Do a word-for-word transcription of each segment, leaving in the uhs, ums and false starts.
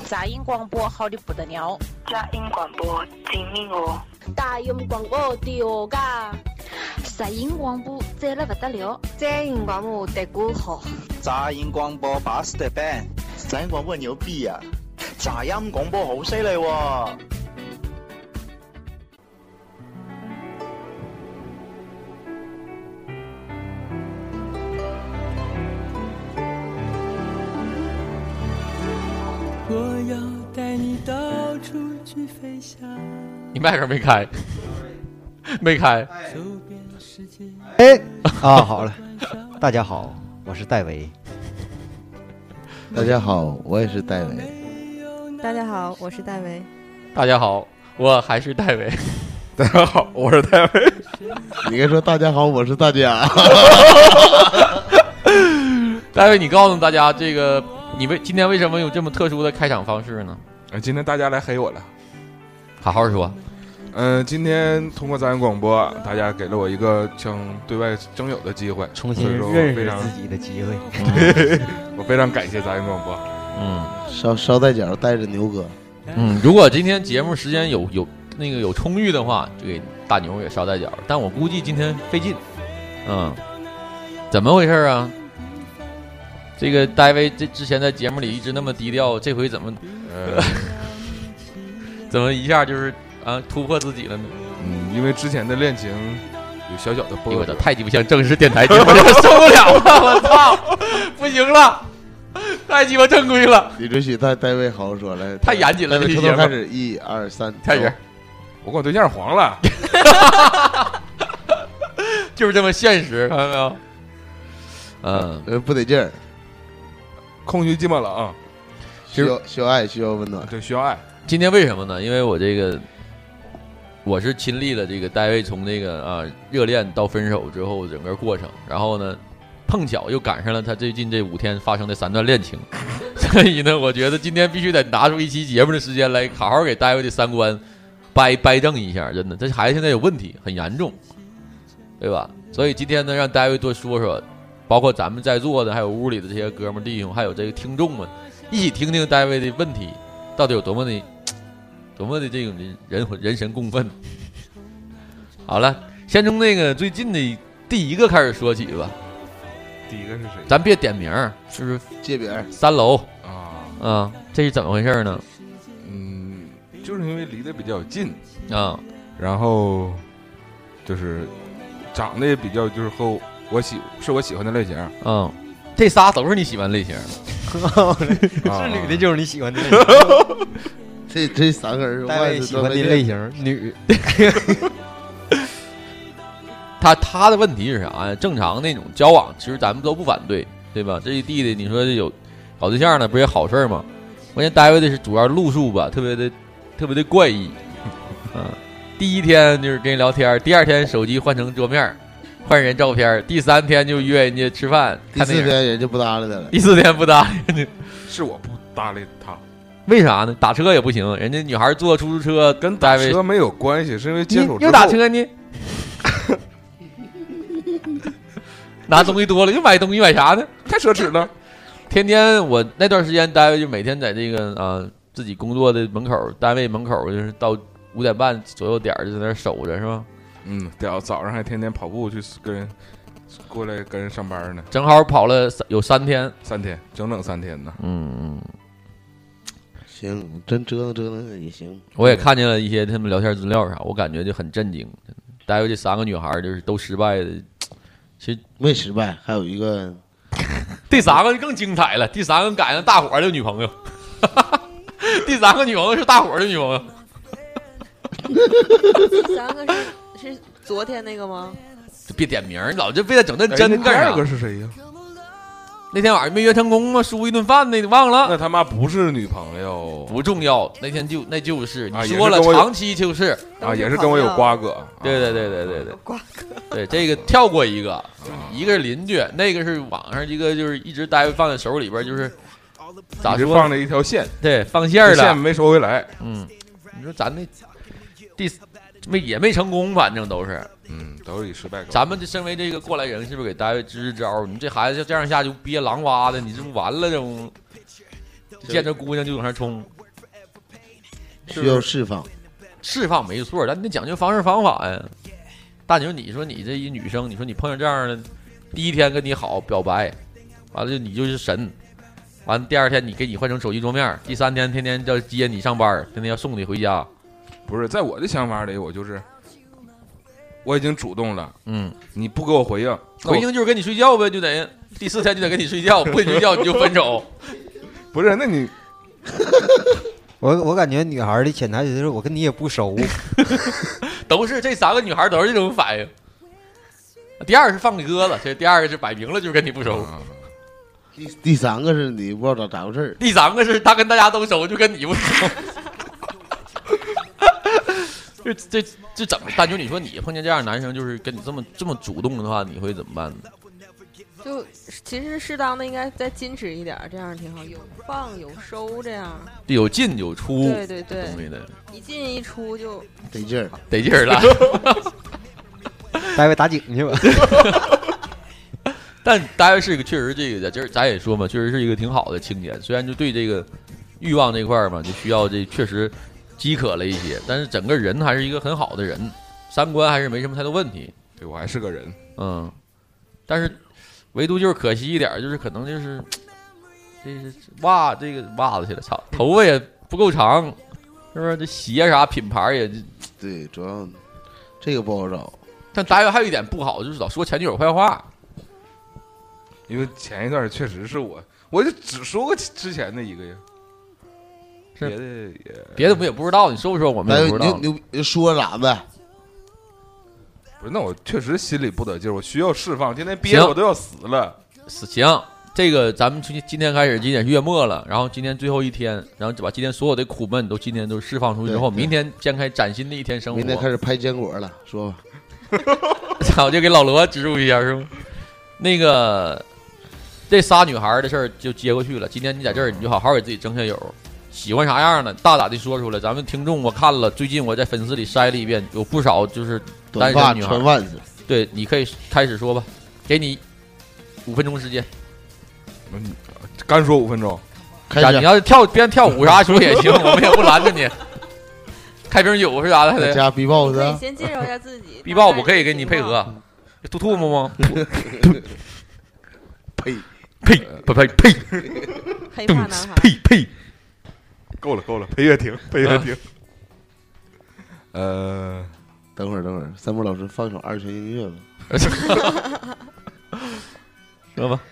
杂音广播好的不得了， 杂音广播精明哦， 大音广播屌噶， 杂音广播赞了不得了， 杂音广播得鼓好， 杂音广播巴适得板， 杂音广播牛逼呀、啊， 杂音广播好犀利喎。 我要带你到处去飞翔。 你麦克没开，没开。 哎，啊，好了，大家好，我是戴维。 大家好，我也是戴维。 大家好，我是戴维。 大家好，我还是戴维。 大家好，我是戴维。 你应该说大家好，我是大家。 戴维，你告诉大家这个。你为今天为什么有这么特殊的开场方式呢？ 呃，今天大家来黑我了， 好好说。 嗯、呃，今天通过杂音广播，大家给了我一个向对外征友的机会， 重新认识自己的机会。 对，我非常感谢杂音广播。 嗯， 捎捎带脚带着牛哥。 嗯，如果今天节目时间有有那个有充裕的话，就给大牛也捎带脚。但我估计今天费劲。嗯，怎么回事啊？这个戴维这之前在节目里一直那么低调，这回怎么，呃、怎么一下就是啊突破自己了呢？ 嗯，因为之前的恋情有小小的波折， 太鸡巴像正式电台节目，受不了了，我操，不行了，太鸡巴正规了。 李准许戴戴维好好说来， 太严谨了。 从头开始，一二三， 开始。 我跟我对象黄了， 就是这么现实，看到没有？嗯， 呃，不得劲儿。 空虚寂寞冷啊， 需要需要爱，需要温暖， 对，需要爱。 今天为什么呢？因为我这个我是亲历了这个戴维从这个啊热恋到分手之后整个过程，然后呢碰巧又赶上了他最近这五天发生的三段恋情，所以呢，我觉得今天必须得拿出一期节目的时间来好好给戴维的三观掰掰正一下，真的，这孩子现在有问题，很严重，对吧？所以今天呢，让戴维多说说。包括咱们在座的，还有屋里的这些哥们弟兄，还有这个听众们，一起听听戴维的问题到底有多么的、多么的这种人人神共愤。好了，先从那个最近的第一个开始说起吧。 第一个是谁？ 咱别点名，是不是？ 界别三楼啊啊，这是怎么回事呢？ 嗯，就是因为离得比较近啊， 然后就是长得也比较就是和。我喜是我喜欢的类型， 嗯，这仨都是你喜欢的类型， 是女的就是你喜欢的类型， 这这三个人， 戴维喜欢的类型女。 他他的问题是啥呀？正常那种交往，其实咱们都不反对，对吧？这一弟弟，你说有搞对象呢，不是好事吗？关键戴维的是主要路数吧，特别的特别的怪异，嗯，第一天就是跟人聊天，第二天手机换成桌面。换人照片，第三天就约人家吃饭， 第四天人就不搭理他了。 第四天不搭理， 是我不搭理他， 为啥呢？打车也不行，人家女孩坐出租车跟打车没有关系，是因为接手之后又打车呢，拿东西多了又买东西买啥呢？ 太奢侈了。 天天我那段时间单位就每天在这个啊自己工作的门口，单位门口就是到五点半左右点就在那守着，是吧？ 嗯，早早上还天天跑步去跟人过来跟人上班呢， 正好跑了有三天， 三天整整三天呢。 嗯嗯， 行，真折腾折腾也行。 我也看见了一些他们聊天资料啥，我感觉就很震惊。待会这三个女孩就是都失败的，其实没失败，还有一个第三个更精彩了，第三个赶上大伙的女朋友，第三个女朋友是大伙的女朋友。 第三个是。是昨天那个吗？ 别点名，老就为了整那真干啥？ 第二个是谁呀？ 那天晚上没约成功吗？输一顿饭那忘了。 那他妈不是女朋友， 不重要。那天就那就是你说了，长期就是啊，也是跟我有瓜葛。 对对对对对对， 瓜葛。 对这个跳过一个，一个是邻居，那个是网上一个就是一直待放在手里边，就是咋说放了一条线， 对，放线了， 线没收回来。 嗯，你说咱那第。没也没成功，反正都是， 嗯，都是以失败。 咱们这身为这个过来人，是不是给单位支支招？你这孩子这样下就憋狼哇的，你这不完了？这不， 见着姑娘就往上冲， 需要释放， 释放没错，但你得讲究方式方法呀。大牛，你说你这一女生，你说你碰上这样的，第一天跟你好表白，完了就你就是神，完了第二天你给你换成手机桌面，第三天天天要接你上班，天天要送你回家。 不是，在我的想法里，我就是我已经主动了， 嗯， 你不给我回应， 回应就是跟你睡觉呗，就得第四天就得跟你睡觉，不跟你睡觉你就分手。 不是，那你我我感觉女孩的潜台词是我跟你也不熟， 都是这三个女孩都是这种反应。第二个是放鸽子，这第二个是摆明了就是跟你不熟。 第第三个是你不知道咋咋回事， 第三个是他跟大家都熟，就跟你不熟。这这这怎么？大牛，你说你碰见这样的男生，就是跟你这么这么主动的话，你会怎么办呢？ 就其实适当的应该再矜持一点，这样挺好，有放有收，这样有进有出， 对对对， 东西的一进一出就得劲儿， 得劲儿了。 待会打井去吧。 但大卫是一个确实这个在这儿咱也说嘛，确实是一个挺好的青年，虽然就对这个欲望这块儿嘛，就需要这确实饥渴了一些，但是整个人还是一个很好的人，三观还是没什么太多问题。 对我还是个人， 嗯，但是唯独就是可惜一点，就是可能就是这是袜这个袜子去了，操，头发也不够长，是不是？这鞋啥品牌也对，主要这个不好找。 但大卫还有一点不好，就是老说前女友坏话。 因为前一段确实是我，我就只说过之前的一个呀，别的也别的我们也不知道，你说不说我们也不知道。 你你说啥呗？ 不是，那我确实心里不得劲，我需要释放，今天憋着我都要死了。 死行，这个咱们从今天开始，今天是月末了，然后今天最后一天，然后把今天所有的苦闷都今天都释放出去之后，明天将开崭新的一天生活。 明天开始拍坚果了，说吧。 我就给老罗植入一下，是吗？那个。这仨女孩的事儿就接过去了。今天你在这儿，你就好好给自己争下友，喜欢啥样的，大胆的说出来。咱们听众我看了，最近我在粉丝里筛了一遍，有不少就是单身女孩。 短发穿袜子。 对，你可以开始说吧，给你五分钟时间。 嗯，干说五分钟。 开始。 你要是跳边跳舞啥说也行，我们也不拦着你。开瓶酒是啥的？还得加 B-box。 可以先介绍一下自己。 B-box 我可以给你配合。吐吐沫吗？ 呸！ 呸呸呸呸！ 黑怕男孩， 呸呸！ 够了够了，配乐停，配乐停。呃， 等会儿等会儿，三木老师放首二泉映月吧。 说吧。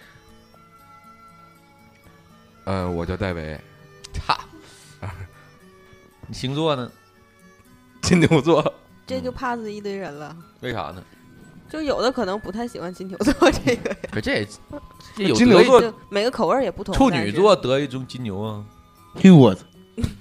呃，我叫戴维。 哈。你星座呢？ 金牛座。 这就怕死一堆人了。 为啥呢？ 就有的可能不太喜欢金牛座这个。 可这这有金牛座每个口味也不同。 处女座得一种金牛啊！ 嘿我操！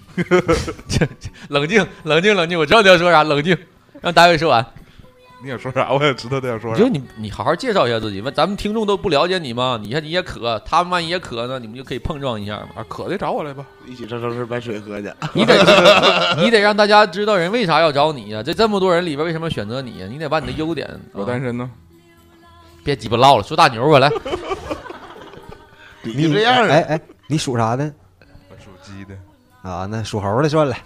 冷静冷静冷静，我知道你要说啥，冷静，让大卫说完。 你想说啥？我也知道他想说啥。 就你你好好介绍一下自己，咱们听众都不了解你吗？你看你也渴，他们万一也渴呢，你们就可以碰撞一下嘛。 啊，渴的找我来吧， 一起上超市买水喝去。 你得你得让大家知道人为啥要找你呀、啊？这这么多人里边为什么选择你呀、啊？你得把你的优点。 我单身呢。 别鸡巴唠了，说大牛吧来。 你这样， 哎哎，你属啥的？ 我属鸡的。 啊，那属猴的算了。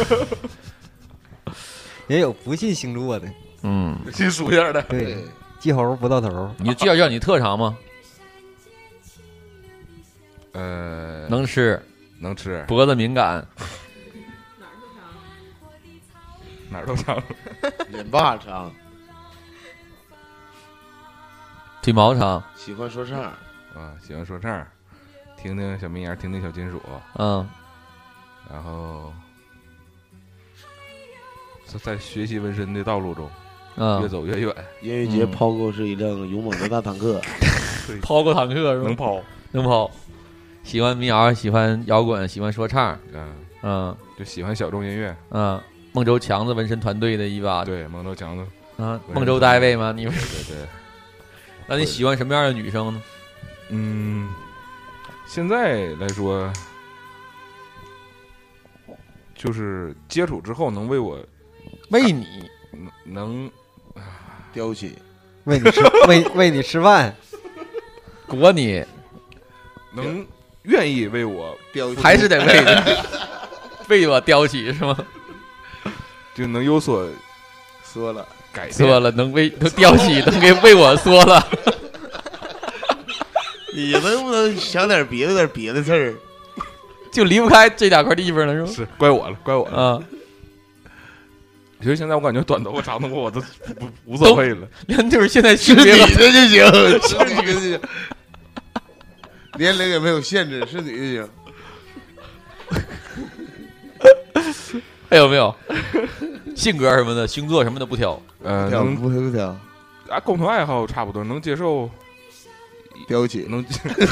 也有不信星座的。 嗯， 信属相的。 对，记猴不到头。 你就介绍介绍你特长吗？ 呃， 能吃， 能吃， 脖子敏感。 哪儿都长， 脸巴长， 腿毛长， 喜欢说唱啊，喜欢说唱，听听小民谣，听听小金属， 嗯， 然后在学习纹身的道路中。 嗯， 越走越远。 音乐节抛钩是一辆勇猛的大坦克， 抛过坦克是吧？ 能抛， 能抛。喜欢民谣，喜欢摇滚，喜欢说唱， 嗯嗯， 就喜欢小众音乐， 嗯。孟州强子纹身团队的一把， 对，孟州强子啊，孟州大卫吗？你们对对。 那你喜欢什么样的女生呢？ 嗯，现在来说，就是接触之后能为我。 为你能叼起， 为你吃为为你吃饭， 裹你， 能愿意为我叼起， 还是得为的，为我叼起是吗？ 就能有所说了改变， 说了能为能叼起，能给为我说了。 你能不能想点别的点别的事儿？ 就离不开这两块地方了，是吗？ 是怪我了，怪我了啊！ 其实现在我感觉短头发、长头发我都不无所谓了， 就是现在是你的就行，是你的就行，年龄也没有限制，是你就行。还有没有性格什么的，星座什么的不挑？ 呃， 挑不挑不挑啊？共同爱好差不多，能接受。 叼起能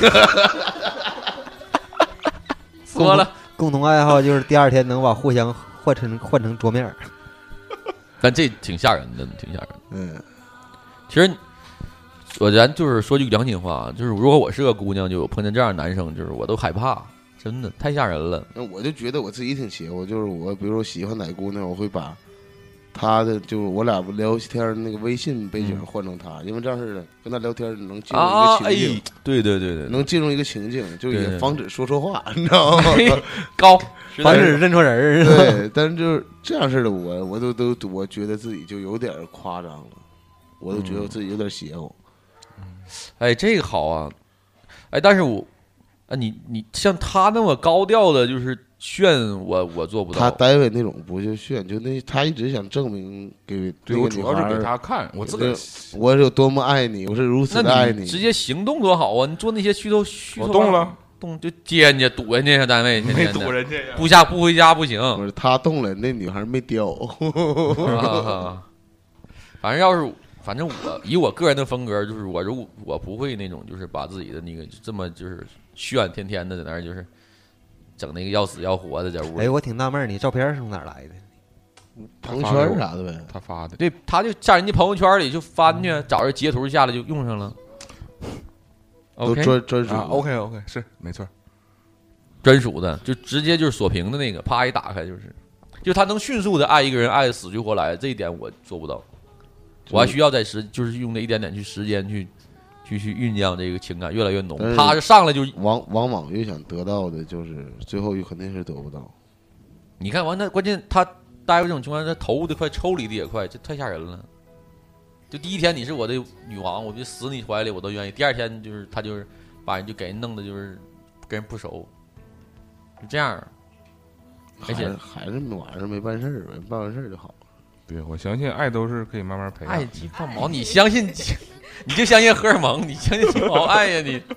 说了， 共同爱好就是第二天能把互相换成换成桌面。 但这挺吓人的，挺吓人的。 嗯， 其实我咱就是说句良心话，就是如果我是个姑娘，就有碰见这样的男生，就是我都害怕，真的太吓人了。 那我就觉得我自己挺邪乎，就是我比如说喜欢哪姑娘，我会把他的就是我俩聊天那个微信背景换成他，嗯、因为这样式的跟他聊天能进入一个情境， 啊哎、对对对对， 能进入一个情境，就对也防止说错话，你知道吗？ 高， 防止认错人。 对，但是就是这样式的我，我都都我觉得自己就有点夸张了，我都觉得我自己有点邪乎。 嗯、哎，这个好啊，哎，但是我啊，你你像他那么高调的，就是炫我，我做不到。 他单位那种不就炫，就那他一直想证明给对我主要是给他看，我自个我是有多么爱你，我是如此的爱你。直接行动多好啊！你做那些虚头虚头， 我动了， 动就接人家，堵人家单位， 没堵人家， 不下不回家不行。 不是他动了，那女孩没叼。 啊、反正要是。反正我以我个人的风格，就是我如果我不会那种，就是把自己的那个这么就是炫，天天的在那儿就是整那个要死要活的在屋。 哎，我挺纳闷，你照片是从哪儿来的？ 朋友圈啥的呗， 他发的。 对，他就在人家朋友圈里就翻去，找着截图下来就用上了。 都专专属、 啊、OK OK 是没错， 专属的，就直接就是锁屏的那个，啪一打开就是，就他能迅速的爱一个人，爱的死去活来，这一点我做不到。我还需要在时，就是用那一点点去时间去，去去酝酿这个情感越来越浓。他是上来就往往往越想得到的，就是最后肯定是得不到。 你看完他，关键他待过这种情况，他投的快，抽离的也快，这太吓人了。就第一天你是我的女王，我就死你怀里我都愿意。第二天就是他就是把人就给人弄的就是跟人不熟，就这样。而且还是晚上没办事儿，办完事儿就好了。 对，我相信爱都是可以慢慢培养。 爱鸡放毛，你相信？你就相信荷尔蒙？你相信鸡毛爱呀你？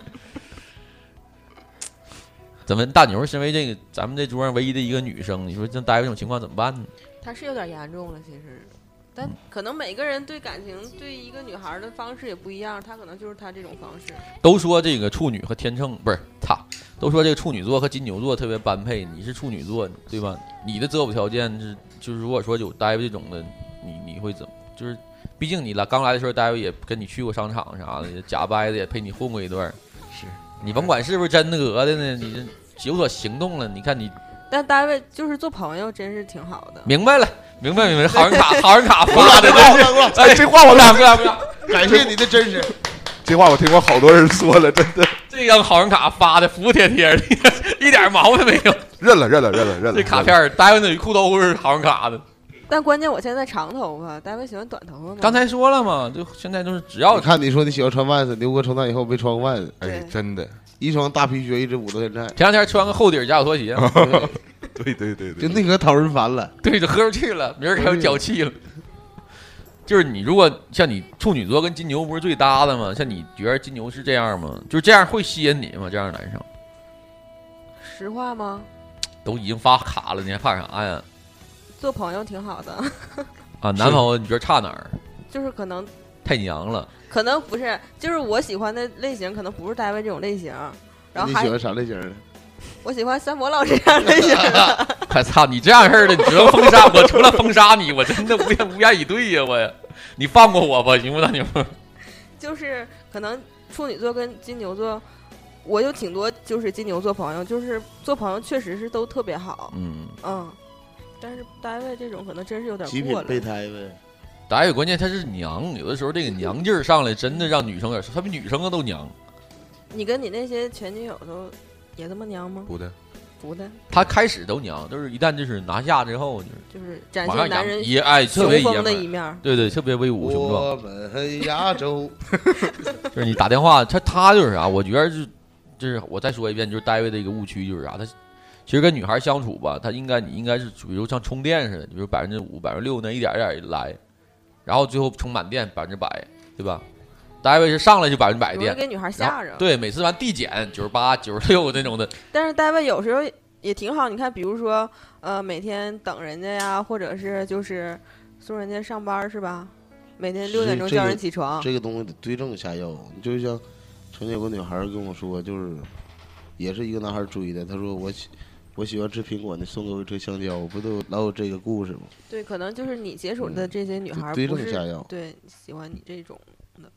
怎么大牛身为这个咱们这桌上唯一的一个女生，你说这待这种情况怎么办呢？ 他是有点严重了，其实，但可能每个人对感情对一个女孩的方式也不一样，他可能就是他这种方式。 都说这个处女和天秤不是他，都说这个处女座和金牛座特别般配。你是处女座对吧？你的择偶条件是。就是如果说有大卫这种的，你你会怎么？就是毕竟你来刚来的时候，大卫也跟你去过商场啥的，假掰的也陪你混过一段。 是你甭管是不是真的讹的呢，你这有所行动了。你看你， 但大卫就是做朋友，真是挺好的。 明白了，明白明白。好人卡，好人卡发的， 哎，这话我俩不俩不俩， 感谢你的真实。 这话我听过好多人说了，真的。 这张好人卡发的服服帖帖的，一点毛病没有。 认了认了认了认了。 这卡片大卫的裤兜是好人卡的。 但关键我现在长头发，大卫喜欢短头发吗？ 刚才说了嘛，就现在就是只要你看你说你喜欢穿袜子，刘哥从那以后没穿过袜子， 哎，真的， 一双大皮靴一直捂到现在。 前两天穿个厚底夹脚拖鞋， 对对对对， 就那个讨人烦了， 对，就喝出去了，明儿还有脚气了。就是你如果像你处女座跟金牛不是最搭的吗？像你觉得金牛是这样吗？就是这样会吸引你吗？这样的男生？ 实话吗？ 都已经发卡了，你还怕啥呀？ 做朋友挺好的。 啊，男朋友你觉得差哪儿？ 就是可能太娘了。 可能不是，就是我喜欢的类型可能不是大卫这种类型。然后你喜欢啥类型的？ 我喜欢三博老师这样类型的。 我操，你这样式的，你只能封杀我，除了封杀你，我真的无言无言以对呀！我，你放过我吧，行不大牛？ 就是可能处女座跟金牛座。我有挺多就是金牛座朋友，就是做朋友确实是都特别好， 嗯嗯，但是大卫这种可能真是有点极过了。 品备胎呗。 大卫关键他是娘，有的时候这个娘劲儿上来，真的让女生有点，他比女生都娘。 你跟你那些前女友都也这么娘吗？ 不的， 不的。 他开始都娘，就是一旦就是拿下之后，就是就是展现男人也哎特别雄风的一面， 对对，特别威武雄壮。 我们亚洲， 就是你打电话，他他就是啥？我觉得是，就是我再说一遍，就是戴维的一个误区就是啥？他其实跟女孩相处吧，他应该你应该是比如像充电似的，比如百分之五、百分之六那一点一点来，然后最后充满电百分之百，对吧？戴维是上来就百分之百电， 给女孩吓着。 对，每次完递减九十八、九十六那种的。 但是戴维有时候也挺好，你看，比如说呃，每天等人家呀，或者是就是送人家上班是吧？每天六点钟叫人起床， 这个、这个东西得对症下药。就像曾经有个女孩跟我说，就是也是一个男孩追的，他说我喜我喜欢吃苹果，你送给我一车香蕉，不都老有这个故事吗？ 对，可能就是你接触的这些女孩对不是症下药， 对喜欢你这种的。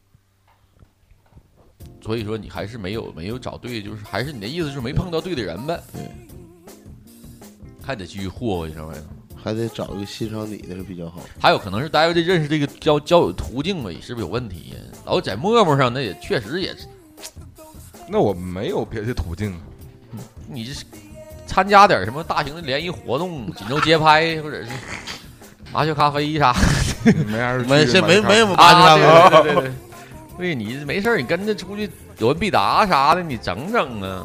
所以说你还是没有没有找对，就是还是你的意思是没碰到对的人呗？ 对， 还得继续霍霍一上玩意儿。 还得找一个欣赏你的是比较好。 还有可能是大家这认识这个交交友途径吧，也是不是有问题？老在陌陌上，那也确实也是。 那我没有别的途径。 你这参加点什么大型的联谊活动，锦州街拍，或者是麻雀咖啡啥？ 没啥， 没是没没有麻雀咖啡。 啊、 对对对对，对你没事你跟着出去有问必答啥的，你整整啊。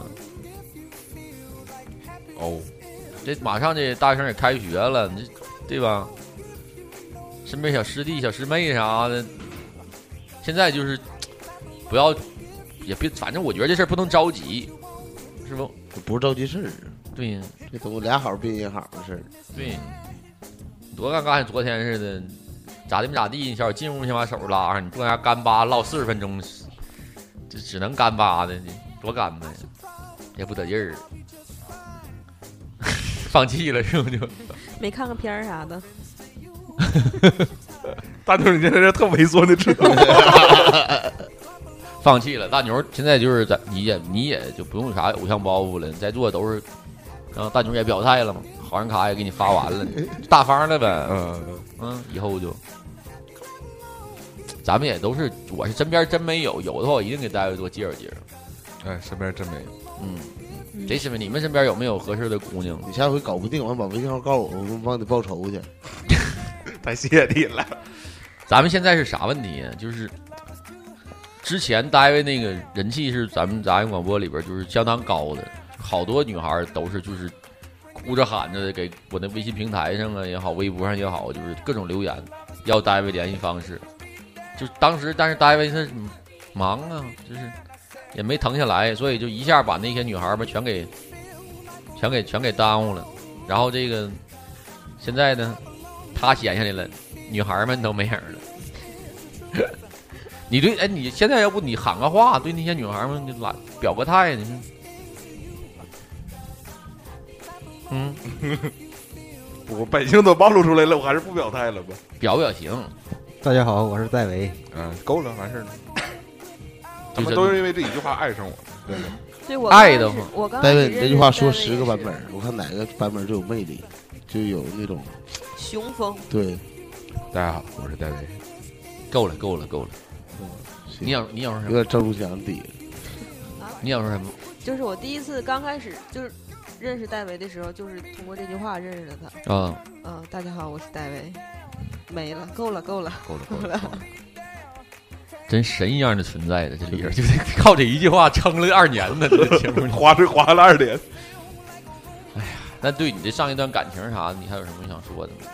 哦。这马上这大学生也开学了，你对吧？身边小师弟、小师妹啥的，现在就是不要，也别，反正我觉得这事儿不能着急，是不？ 不是着急事儿。 对呀， 这东西俩好并一好的事儿。 对，多尴尬，像昨天似的，咋的没咋地，你小进屋先把手拉上，你不搁那干巴唠四十分钟，这只能干巴的，多干巴呀，也不得劲儿。放弃了是不是就？ 没看个片儿啥的。 大牛，你现在这特猥琐的知道吗？ 放弃了，大牛现在就是在你也你也就不用啥偶像包袱了，你在座都是，然后大牛也表态了嘛，好人卡也给你发完了，大方了呗。嗯嗯，以后就，咱们也都是，我是身边真没有，有的话我一定给大家多介绍介绍。 哎，身边真没有。 嗯。这身边你们身边有没有合适的姑娘？ 你下回搞不定，完把微信号告诉我，我帮你报仇去。 太谢你了。 咱们现在是啥问题啊？就是之前大卫那个人气是咱们杂音广播里边就是相当高的，好多女孩都是就是哭着喊着的给我的微信平台上啊也好，微博上也好，就是各种留言要大卫联系方式。就当时，但是大卫是忙啊，就是。也没腾下来，所以就一下把那些女孩们全给、全给、全给耽误了。然后这个现在呢，他闲下来了，女孩们都没影了。你对哎，你现在要不你喊个话，对那些女孩们就来表个态，你看，嗯， 我本性都暴露出来了，我还是不表态了吧？ 表表情。 大家好，我是戴维。 嗯，够了，完事儿了。他们都是因为这一句话爱上我的，对的。 对我爱的话， 我刚戴维，你这句话说十个版本，我看哪个版本最有魅力，就有那种雄风。 对， 大家好，我是戴维。 够了，够了，够了。 嗯， 你想你想说什么？ 有点赵忠祥底。 你想说什么？ 就是我第一次刚开始就是认识戴维的时候，就是通过这句话认识的他。 啊。 嗯，大家好，我是戴维。没了，够了，够了， 够了，够了。 真神一样的存在的，这里边就得靠这一句话撑了二年呢，这个节目花是花了二年。 哎呀，那对你这上一段感情啥的，你还有什么想说的吗？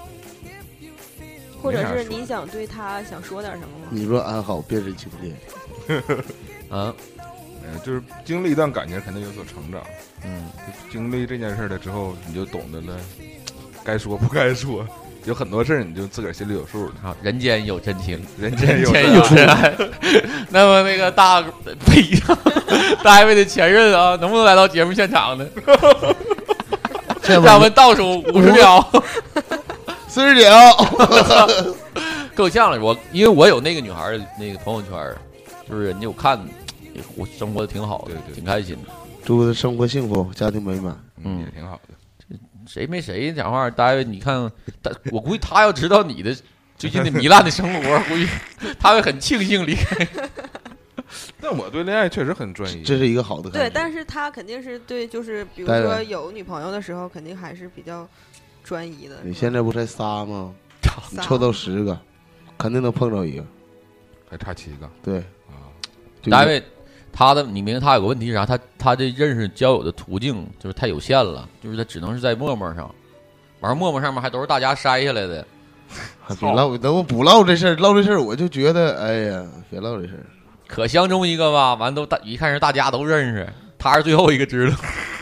或者是你想对他想说点什么吗？ 你若安好，便是晴天。 啊， 嗯，就是经历一段感情，肯定有所成长。 嗯， 经历这件事了之后，你就懂得了该说不该说。有很多事儿你就自个儿心里有数了。 好，人间有真情， 人间有真爱。那么那个大呸，大卫的前任啊，能不能来到节目现场呢？让我们倒数五十秒， 四十秒， 够呛了。我因为我有那个女孩的那个朋友圈，就是人家我看，我生活的挺好的， 对对， 挺开心的。 祝他生活幸福，家庭美满， 嗯，也挺好的。 谁没谁讲话，大卫，你看，我估计他要知道你的最近的糜烂的生活，估计他会很庆幸离开。 但我对恋爱确实很专一， 这是一个好的。 对，但是他肯定是对，就是比如说有女朋友的时候，肯定还是比较专一的。 你现在不才仨吗？你凑到十个，肯定能碰着一个， 还差七个。 对啊， 大卫，他的你明白他有个问题是啥？他他这认识交友的途径就是太有限了，就是他只能是在陌陌上，完了陌陌上面还都是大家筛下来的。 别唠，等我不唠这事儿，唠这事儿我就觉得，哎呀，别唠这事儿。 可相中一个吧，完都大一看是大家都认识，他是最后一个知道。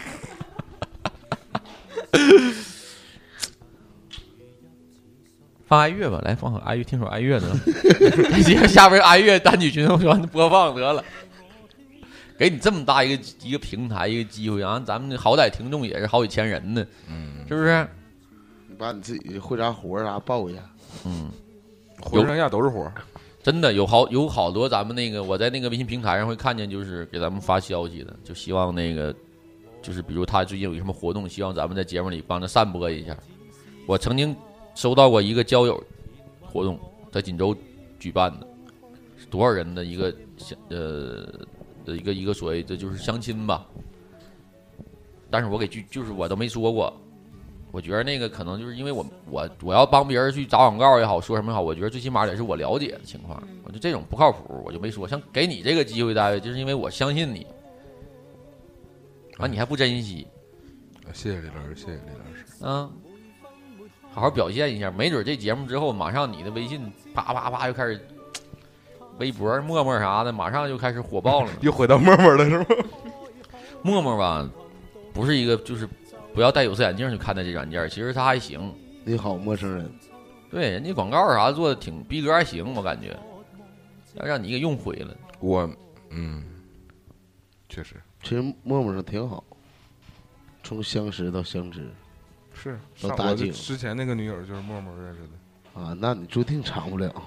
放爱乐吧，来放爱乐，听首爱乐得了。接着下边爱乐单曲循环播放得了。给你这么大一个一个平台一个机会啊，咱们好歹听众也是好几千人呢，嗯，是不是？ 你把你自己会啥活啥报一下， 嗯， 浑身下都是活。 真的有好有好多咱们那个我在那个微信平台上会看见，就是给咱们发消息的，就希望那个就是比如他最近有什么活动，希望咱们在节目里帮他散播一下。我曾经收到过一个交友活动，在锦州举办的，是多少人的一个呃的一个一个所谓的就是相亲吧，但是我给拒就是我都没说过。我觉得那个可能就是因为我我我要帮别人去打广告也好，说什么也好，我觉得最起码得是我了解的情况。我就这种不靠谱，我就没说。像给你这个机会，大卫，就是因为我相信你，完、啊、你还不珍惜。 谢谢李老师，谢谢李老师。 嗯，好好表现一下，没准这节目之后，马上你的微信啪啪啪就开始，微博、陌陌啥的，马上就开始火爆了。 又回到陌陌了是吗？ 陌陌吧，不是一个就是。不要戴有色眼镜去看待这软件，其实它还行。 你好，陌生人。 对，人家广告啥的做的挺逼格还行，我感觉。要让你给用毁了。 我，嗯，确实， 其实陌陌上挺好，从相识到相知， 是到搭景。 之前那个女友就是陌陌认识的。啊，那你注定长不了。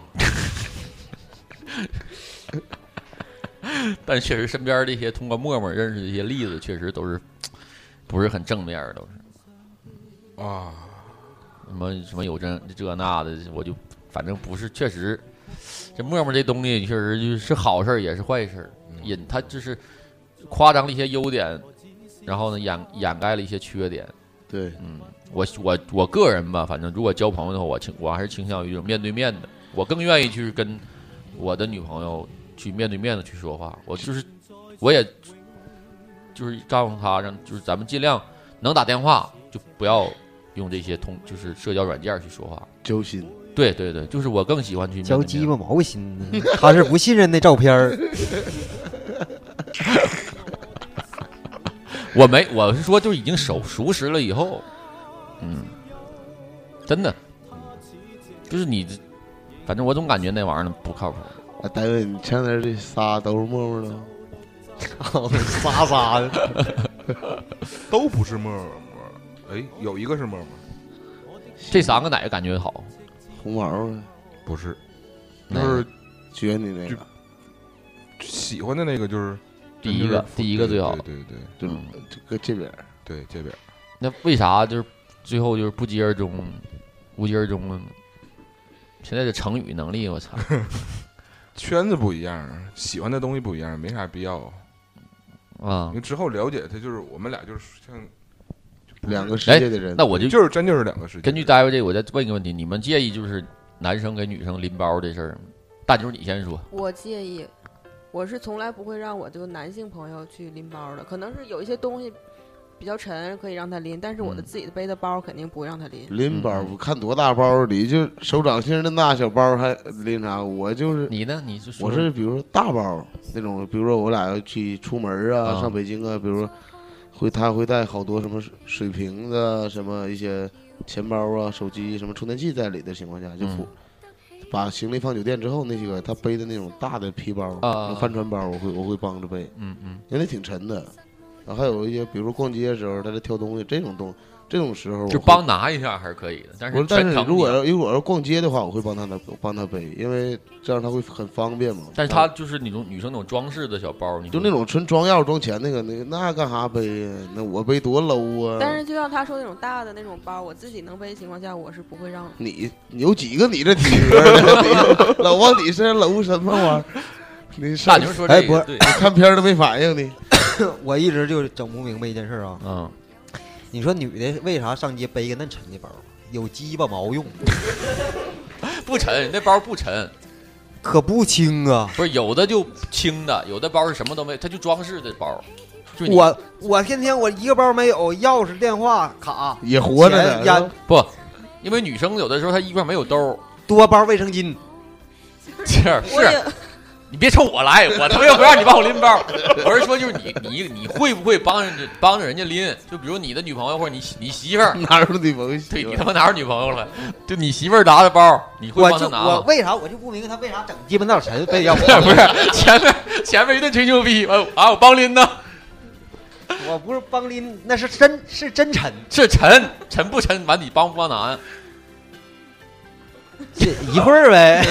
但确实身边这些通过陌陌认识的一些例子，确实都是。不是很正面的，都是啊， 什么什么有这这那的，我就反正不是，确实，这陌陌这东西确实就是好事也是坏事，引它就是夸张了一些优点，然后呢掩掩盖了一些缺点。 对， 嗯，我我我个人吧，反正如果交朋友的话，我倾我还是倾向于这种面对面的，我更愿意去跟我的女朋友去面对面的去说话，我就是我也。就是告诉他，让就是咱们尽量能打电话，就不要用这些通，就是社交软件去说话。 交心， 对对对，就是我更喜欢去交鸡巴毛心呢？他是不信任那照片儿。 我没，我是说，就已经熟熟识了以后，嗯，真的，就是你，反正我总感觉那玩意儿不靠谱。 啊，大卫，你前面这仨都是陌陌的。 仨仨的都不是陌陌，哎，有一个是陌陌。 这三个哪个感觉好？ 红毛的不是，就是撅你那个喜欢的那个就是第一个，第一个最好。 对对对，就这个界边， 对界边。 那为啥就是最后就是不疾而终，无疾而终了呢？现在的成语能力，我操！ 圈子不一样，喜欢的东西不一样，没啥必要。 啊， 因为之后了解他，就是我们俩就是像两个世界的人。 那我就就是真就是两个世界。 根据大卫这个，我再问一个问题：你们介意就是男生给女生拎包这事儿吗？大妞，你先说。 我介意，我是从来不会让我这个男性朋友去拎包的。可能是有一些东西比较沉，可以让他拎，但是我的自己的背的包肯定不会让他拎。 拎包，我看多大包里就手掌心的大小包还拎啥？我就是你呢？你是我是比如说大包那种，比如说我俩要去出门啊，上北京啊，比如说会他会带好多什么水瓶子、什么一些钱包啊、手机、什么充电器在里的情况下，就付。把行李放酒店之后，那些个他背的那种大的皮包、啊、帆船包，我会我会帮着背， 嗯嗯， 因为那挺沉的。然后还有一些，比如说逛街的时候，他在挑东西，这种东这种时候就帮拿一下还是可以的。但是但是如果要如果要逛街的话，我会帮他的帮他背，因为这样他会很方便嘛。 但是他就是那种女生那种装饰的小包，你就那种纯装药装钱那个那个那干啥背呀？那我背多 low 啊！ 但是就像他说那种大的那种包，我自己能背的情况下，我是不会让你。你有几个你这体格？老往你身上搂什么玩意儿？ 大牛说这个， 哎、 对， 你看片儿都没反应呢。 我一直就整不明白一件事啊， 嗯， 你说女的为啥上街背个那沉的包？有鸡巴毛用？ 不沉，那包不沉， 可不轻啊！ 不是有的就轻的，有的包是什么都没，它就装饰的包。就我我天天我一个包没有，钥匙、电话卡也活着呢， 烟不，因为女生有的时候她衣服上没有兜， 多包卫生巾。 是是。你别冲我来，我他妈又不让你帮我拎包。我是说，就是你你你会不会帮人家帮着人家拎？就比如你的女朋友或者你你媳妇儿哪有女朋友？ 对你他妈哪有女朋友了？就你媳妇儿拿的包，你会帮她拿吗？ 我为啥我就不明白他为啥整鸡巴那沉非要我？ 不是前面前面一顿吹牛逼，我啊我帮拎呢。 我不是帮拎，那是真是真沉， 是沉沉不沉？完你帮不帮拿呀？ 这一会儿呗。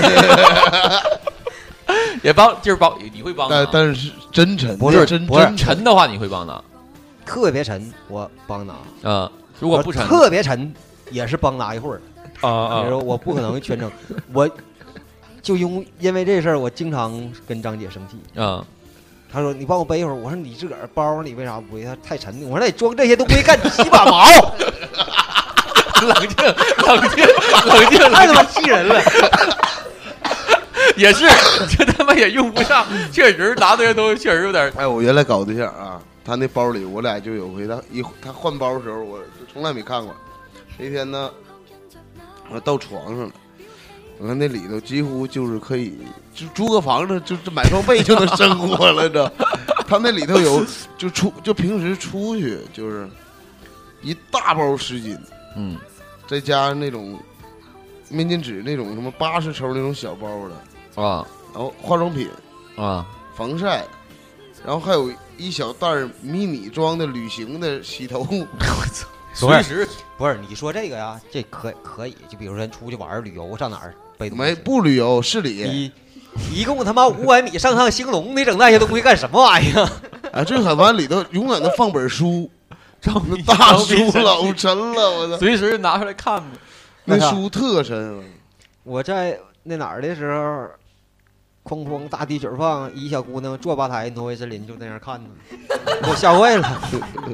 也帮就是帮，你会帮但但是真沉， 不是真不是沉的话，你会帮拿， 特别沉我帮拿啊、嗯。如果不沉， 特别沉也是帮拿一会儿啊啊。 你说我不可能全程，我就因因为这事儿，我经常跟张姐生气啊。 她说你帮我背一会儿，我说你自个儿包你为啥不背？它太沉，我说那你装这些都不会干几把毛。 冷静冷静冷静， 太他妈气人了。 也是，这他妈也用不上，确实拿这些东西确实有点。 哎，我原来搞对象啊，他那包里我俩就有回他一他换包的时候，我从来没看过。那天呢，我到床上了，我看那里头几乎就是可以就租个房子，就是买双被就能生活了，知道？他那里头有就出就平时出去就是一大包湿巾， 嗯， 再加上那种面巾纸那种什么八十抽那种小包的。 啊， 然后化妆品啊， 防晒，然后还有一小袋迷你装的旅行的洗头。 我操，随时不是你说这个呀，这可可以，就比如说出去玩旅游上哪儿背东西？ 没不旅游市里， 你一共他妈五百米上趟兴隆，你整那些东西干什么玩意儿？ 哎，这很完里头永远能放本书，那大书老沉了，我操！ 随时拿出来看吧。 那书特沉。 我在那哪儿的时候。哐哐大地曲放，一小姑娘坐吧台，挪威森林就那样看呢，给我吓坏了，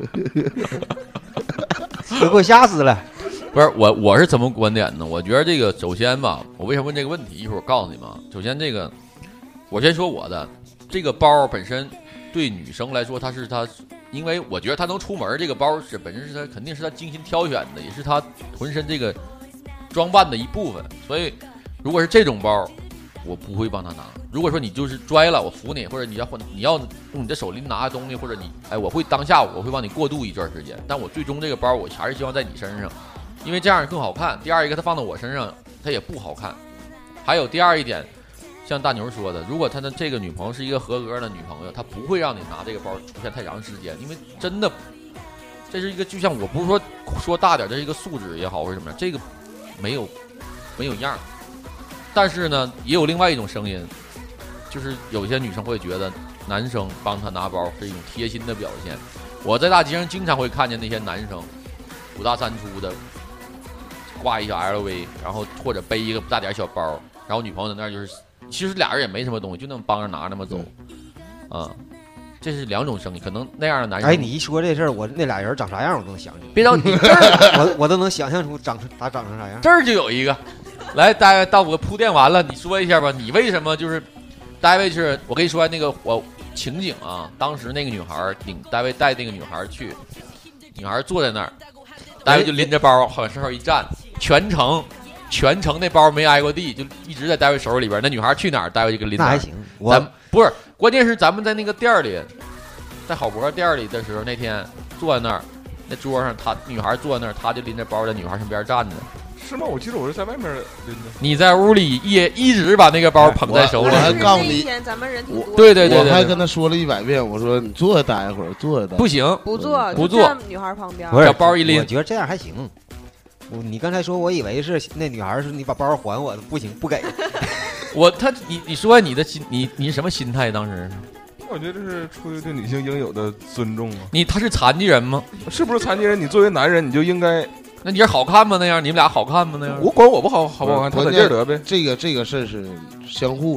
给我吓死了。 不是我，我是怎么观点呢？我觉得这个首先吧，我为什么问这个问题？一会儿我告诉你们。首先，这个我先说我的，这个包本身对女生来说，它是她，因为我觉得她能出门，这个包是本身是她肯定是她精心挑选的，也是她浑身这个装扮的一部分。所以，如果是这种包，我不会帮他拿。如果说你就是拽了，我扶你，或者你要你要用你的手里拿东西，或者你哎，我会当下我会帮你过渡一段时间。但我最终这个包我还是希望在你身上，因为这样更好看。第二一个，它放到我身上，它也不好看。还有第二一点，像大牛说的，如果他的这个女朋友是一个合格的女朋友，她不会让你拿这个包出现太长时间，因为真的，这是一个就像我不是说说大点，这是一个素质也好或者什么样，这个没有没有样。但是呢，也有另外一种声音，就是有些女生会觉得男生帮她拿包是一种贴心的表现。我在大街上经常会看见那些男生五大三粗的，挂一小 L V， 然后或者背一个大点小包，然后女朋友在那儿就是，其实俩人也没什么东西，就那么帮着拿那么走，啊、嗯，这是两种声音。可能那样的男生， 哎，你一说这事儿，我那俩人长啥样我都能想起。 别着急，这儿我我都能想象出长他长成啥样。 这儿就有一个。来，大家到我铺垫完了，你说一下吧。你为什么就是大卫是？我跟你说那个我情景啊，当时那个女孩领大卫带那个女孩去，女孩坐在那儿，大卫就拎着包往身后一站，全程全程那包没挨过地，就一直在大卫手里边。那女孩去哪儿，大卫就给拎哪儿。 那还行，我咱不是，关键是咱们在那个店里，在好博店里的时候，那天坐在那儿，那桌上他女孩坐在那儿，他就拎着包在女孩身边站着。 是吗？我记得我是在外面拎的。 你在屋里也一直把那个包捧在手里。 我还告诉你， 咱们人挺多。 对对对对， 我还跟他说了一百遍，我说你坐着待一会儿，坐着待。 不行， 不坐， 不坐， 女孩旁边。 不是， 小包一拎， 我觉得这样还行。我你刚才说，我以为是那女孩是你把包还我，不行，不给。 我他你你说你的心，你你什么心态？当时？ 我觉得这是出于对女性应有的尊重啊。 你他是残疾人吗？ 是不是残疾人？你作为男人，你就应该。 那你是好看吗？那样你们俩好看吗？那样我管我不好好不好看，他在这儿得呗。 这个这个事儿是相互的，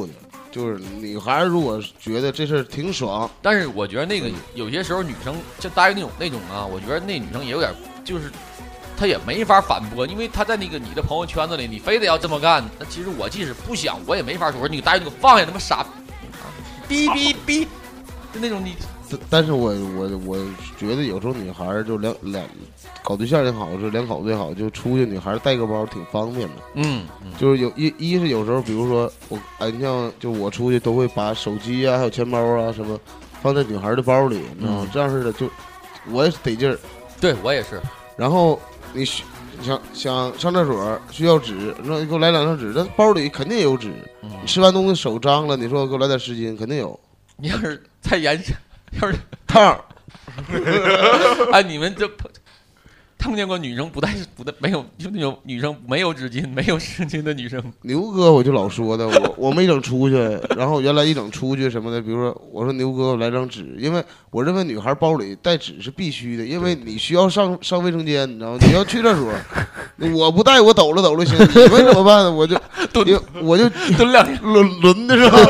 就是女孩如果觉得这事儿挺爽， 但是我觉得那个有些时候女生像大约那种那种啊，我觉得那女生也有点就是。他也没法反驳，因为他在那个你的朋友圈子里，你非得要这么干。那其实我即使不想，我也没法说。我说你大爷，你给我放下，他妈傻，哔哔哔，就那种你。 但是我我我觉得有时候女孩就两两搞对象也好，是两口子也好，就出去女孩带个包挺方便的。 嗯，嗯就是有一一是有时候，比如说我哎，你像就我出去都会把手机啊，还有钱包啊什么放在女孩的包里，你知道吗？这样式的就我也得劲儿。 对我也是， 然后。你想想上厕所需要纸，说你给我来两张纸，那包里肯定有纸。嗯、你吃完东西手脏了，你说给我来点湿巾，肯定有。 你要是太严谨，要是烫， 哎，你们就碰见过女生不带不带没有就那种女生没有纸巾没有湿巾的女生？ 牛哥我就老说的，我我没整出去，然后原来一整出去什么的，比如说我说牛哥我来张纸，因为我认为女孩包里带纸是必须的，因为你需要上上卫生间，你知道吗？你要去厕所，我不带我抖了抖了行，你们怎么办呢？我就蹲我就蹲两天轮轮的是吧？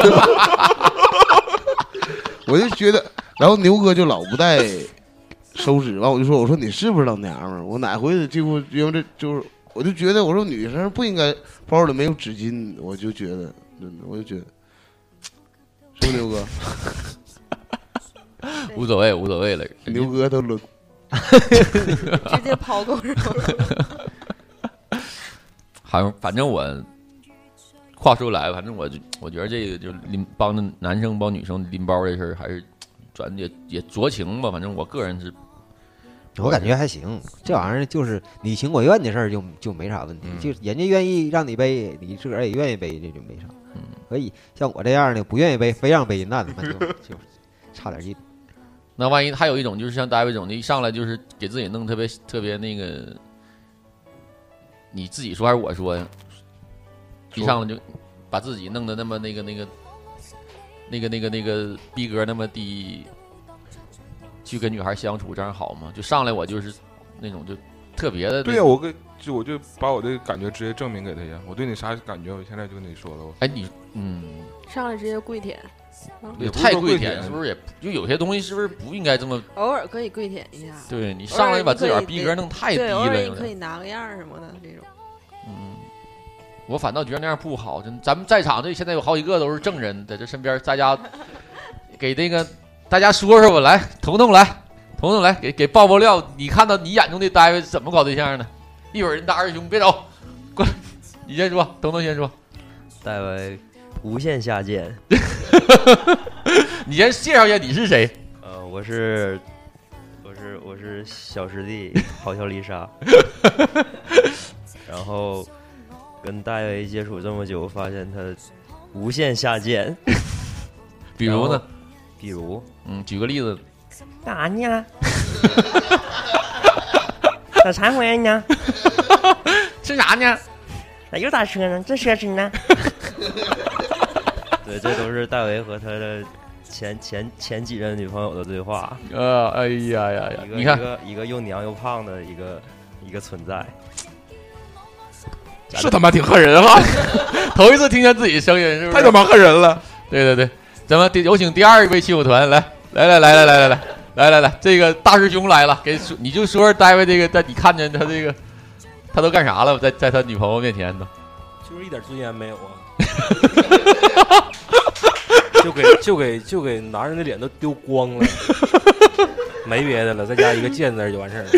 我就觉得，然后牛哥就老不带。收纸完，我就说：“我说你是不是老娘们儿？我哪回几乎因为这就是，我就觉得我说女生不应该包里没有纸巾，我就觉得，真的，我就觉得，是不是牛哥？ 无所谓，无所谓了， 牛哥都抡， 直接抛够肉。 好像反正我话说来，反正我就我觉得这个就拎帮着男生帮女生拎包这事儿还是。”转也也酌情吧，反正我个人是， 我感觉还行。这玩意儿就是你情我愿的事儿，就就没啥问题。嗯、就人家愿意让你背，你自个儿也愿意背，这就没啥。嗯，可以像我这样的不愿意背，非让背，那他妈就就差点劲。 那万一还有一种就是像大卫这种的，一上来就是给自己弄特别特别那个，你自己说还是我说呀？一上来就把自己弄得那么那个那个。那个那个那个逼格那么低，去跟女孩相处这样好吗？就上来我就是那种就特别的。 对呀、啊，我跟就我就把我的感觉直接证明给他呀。我对你啥感觉，我现在就跟你说了。 哎，你嗯， 上来直接跪舔， 也太跪舔，是不是也？就有些东西是不是不应该这么？ 偶尔可以跪舔一下。 对你上来把自个儿逼格弄太低了。 对，偶尔你可以拿个样什么的这种。 嗯。我反倒觉得那样不好，咱们在场这现在有好几个都是证人，在这身边，大家给那个大家说说吧，来，彤彤来，彤彤来，给给爆爆料，你看到你眼中的大卫怎么搞对象呢？一会儿人大二兄别走，过来，你先说，彤彤先说。 大卫无限下贱。 你先介绍一下你是谁？ 呃，我是我是我是小师弟，咆哮丽莎。然后。跟大卫接触这么久，发现他无限下贱。 比如呢？ 比如， 嗯，举个例子。 干啥呢？咋才回来呢？ 吃啥呢？ 咋又打车呢？这奢侈呢？对，这都是大卫和他的前前前几任女朋友的对话。 呃，哎呀呀呀！ 你看，一个一个又娘又胖的一个一个存在。 是他妈挺恨人哈！头一次听见自己声音，是不是？ 太他妈恨人了！ 对对对，咱们有请第二位气舞团来来来来来来来来来来来，这个大师兄来了，给你就说说大卫这个，在你看见他这个，他都干啥了？在在他女朋友面前都， 就是一点尊严没有啊！就给就给就给男人的脸都丢光了，没别的了，再加一个贱字就完事儿了。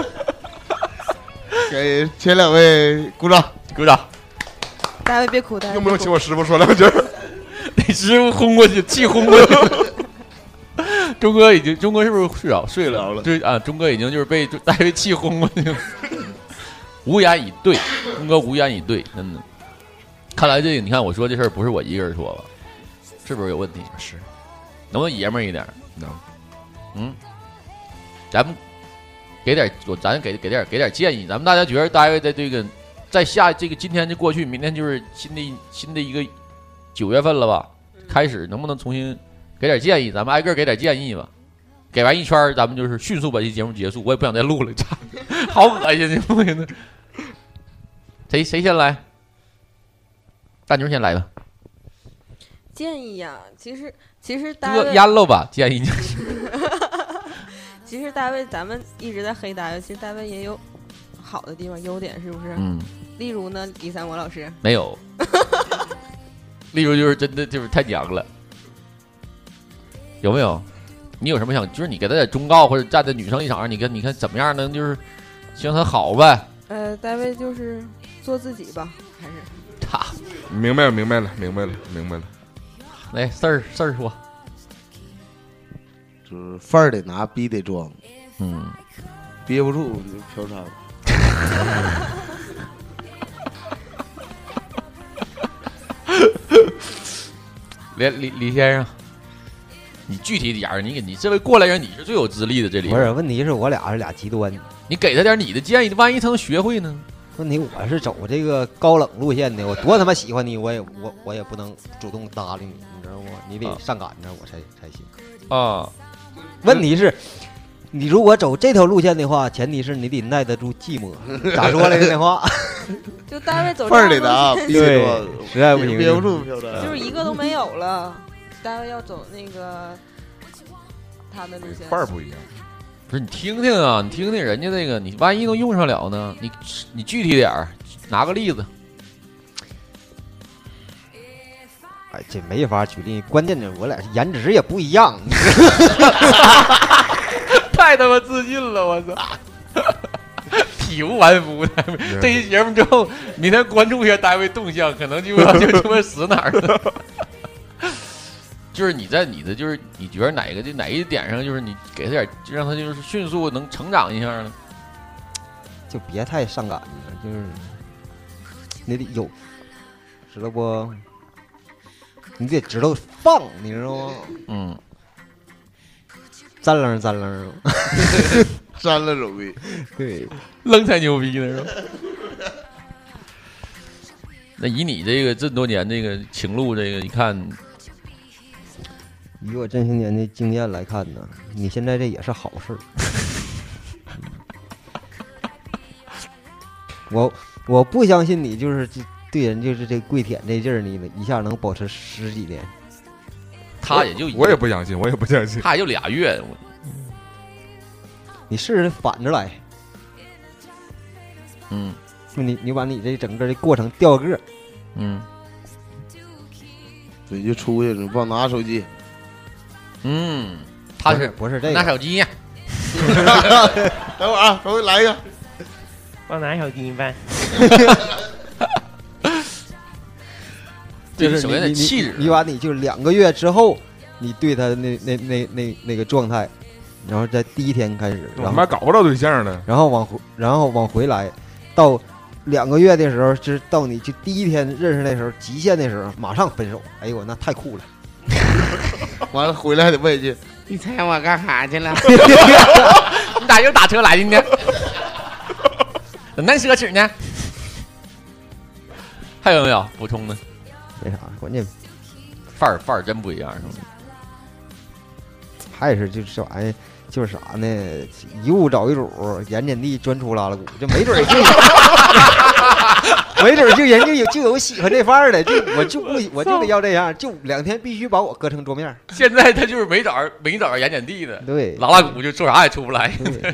给前两位鼓掌。 鼓掌！ 大卫别哭，大卫用不用请我师傅说两句？ 那师傅轰过去，气轰过去。钟哥已经，钟哥是不是睡着睡了？了对啊，钟哥已经就是被大卫气轰过去了，无言以对。钟哥无言以对，真的。看来这个，你看我说这事儿不是我一个人说吧？是不是有问题？ 是， 能不能爷们儿一点？ 能。 嗯，咱们给点，我咱给给点给点建议。咱们大家觉得大卫在这个。在下这个今天就过去，明天就是新的新的一个九月份了吧？开始能不能重新给点建议？咱们挨个给点建议吧。给完一圈，咱们就是迅速把这节目结束。我也不想再录了，好恶心的，我真的。谁谁先来？大牛先来吧。 建议呀、啊，其实其实大卫烟喽吧，建议你。 其实大卫，咱们一直在黑大卫，其实大卫也有好的地方，优点是不是？ 嗯。 例如呢，李三国老师没有。例如就是真的就是太娘了，有没有？你有什么想？就是你给他点忠告，或者站在女生立场上，你跟你看怎么样能就是希望他好呗？ 呃，大卫就是做自己吧，还是他明白了，明白了，明白了，明白了。 来，事儿事儿说， 就是范儿得拿，逼得装， 嗯， 憋不住就嫖娼了。 李李李先生，你具体点儿，你给你这位过来人，你是最有资历的，这里不是？问题是我俩是俩极端， 你给他点你的建议，万一他能学会呢？ 问题我是走这个高冷路线的，我多他妈喜欢你，我也我我也不能主动搭理你，你知道吗？你得上赶着我才才行啊。 问题是，你如果走这条路线的话，前提是你得耐得住寂寞。咋说来着那话？ 就单位走范儿里的啊， 对，实在不行憋不住飘的， 就是一个都没有了。单位要走那个他的路线， 范儿不一样。 不是你听听啊，你听听人家那个，你万一能用上了呢？你你具体点儿，拿个例子。 哎，这没法举例，关键是我俩颜值也不一样。 太他妈自信了，我操！体无完肤。这期节目之后，明天关注一下单位动向，可能就要就他妈死哪儿了。就是你在你的就是你觉得哪个就哪一点上，就是你给他点，就让他就是迅速能成长一下呢？ 就别太上赶了，就是你得有，知道不？你得知道放，你知道吗？ 嗯。 沾楞沾楞， 沾了容易， 对， 愣才牛逼呢是吧？那以你这个这么多年这个情路，这个你看， 以我这些年的经验来看呢，你现在这也是好事。我我不相信你就是对人就是这跪舔这劲儿，你一下能保持十几年。 他也就我也不相信，我也不相信， 他也就俩月。 你试试反着来， 嗯， 就你你把你这整个的过程调个， 嗯， 对，就出去你帮我拿手机， 嗯，他是不是这个拿手机呀？ 等会儿啊，等会儿来一个， 帮我拿手机呗。 就是首先得气质， 你把你就两个月之后，你对他那那那那那个状态，然后在第一天开始，然后他妈搞不着对象呢， 然后往回，然后往回来，到两个月的时候，就是到你就第一天认识的时候，极限的时候，马上分手。哎呦，那太酷了！ 完了回来还得问一句：“ 你猜我干啥去了？ 你咋又打车来的呢？怎么那奢侈呢？”还有没有补充的？ 没啥，关键范儿范儿真不一样，是吗？ 还是就是这玩意儿，就是啥呢？一物找一主，盐碱地专出拉拉鼓，这没准儿就，没准儿就人家有就有喜欢这范儿的，就我就不我就得要这样，就两天必须把我搁成桌面。 现在他就是没找着没找着盐碱地的， 对， 拉拉鼓就说啥也出不来。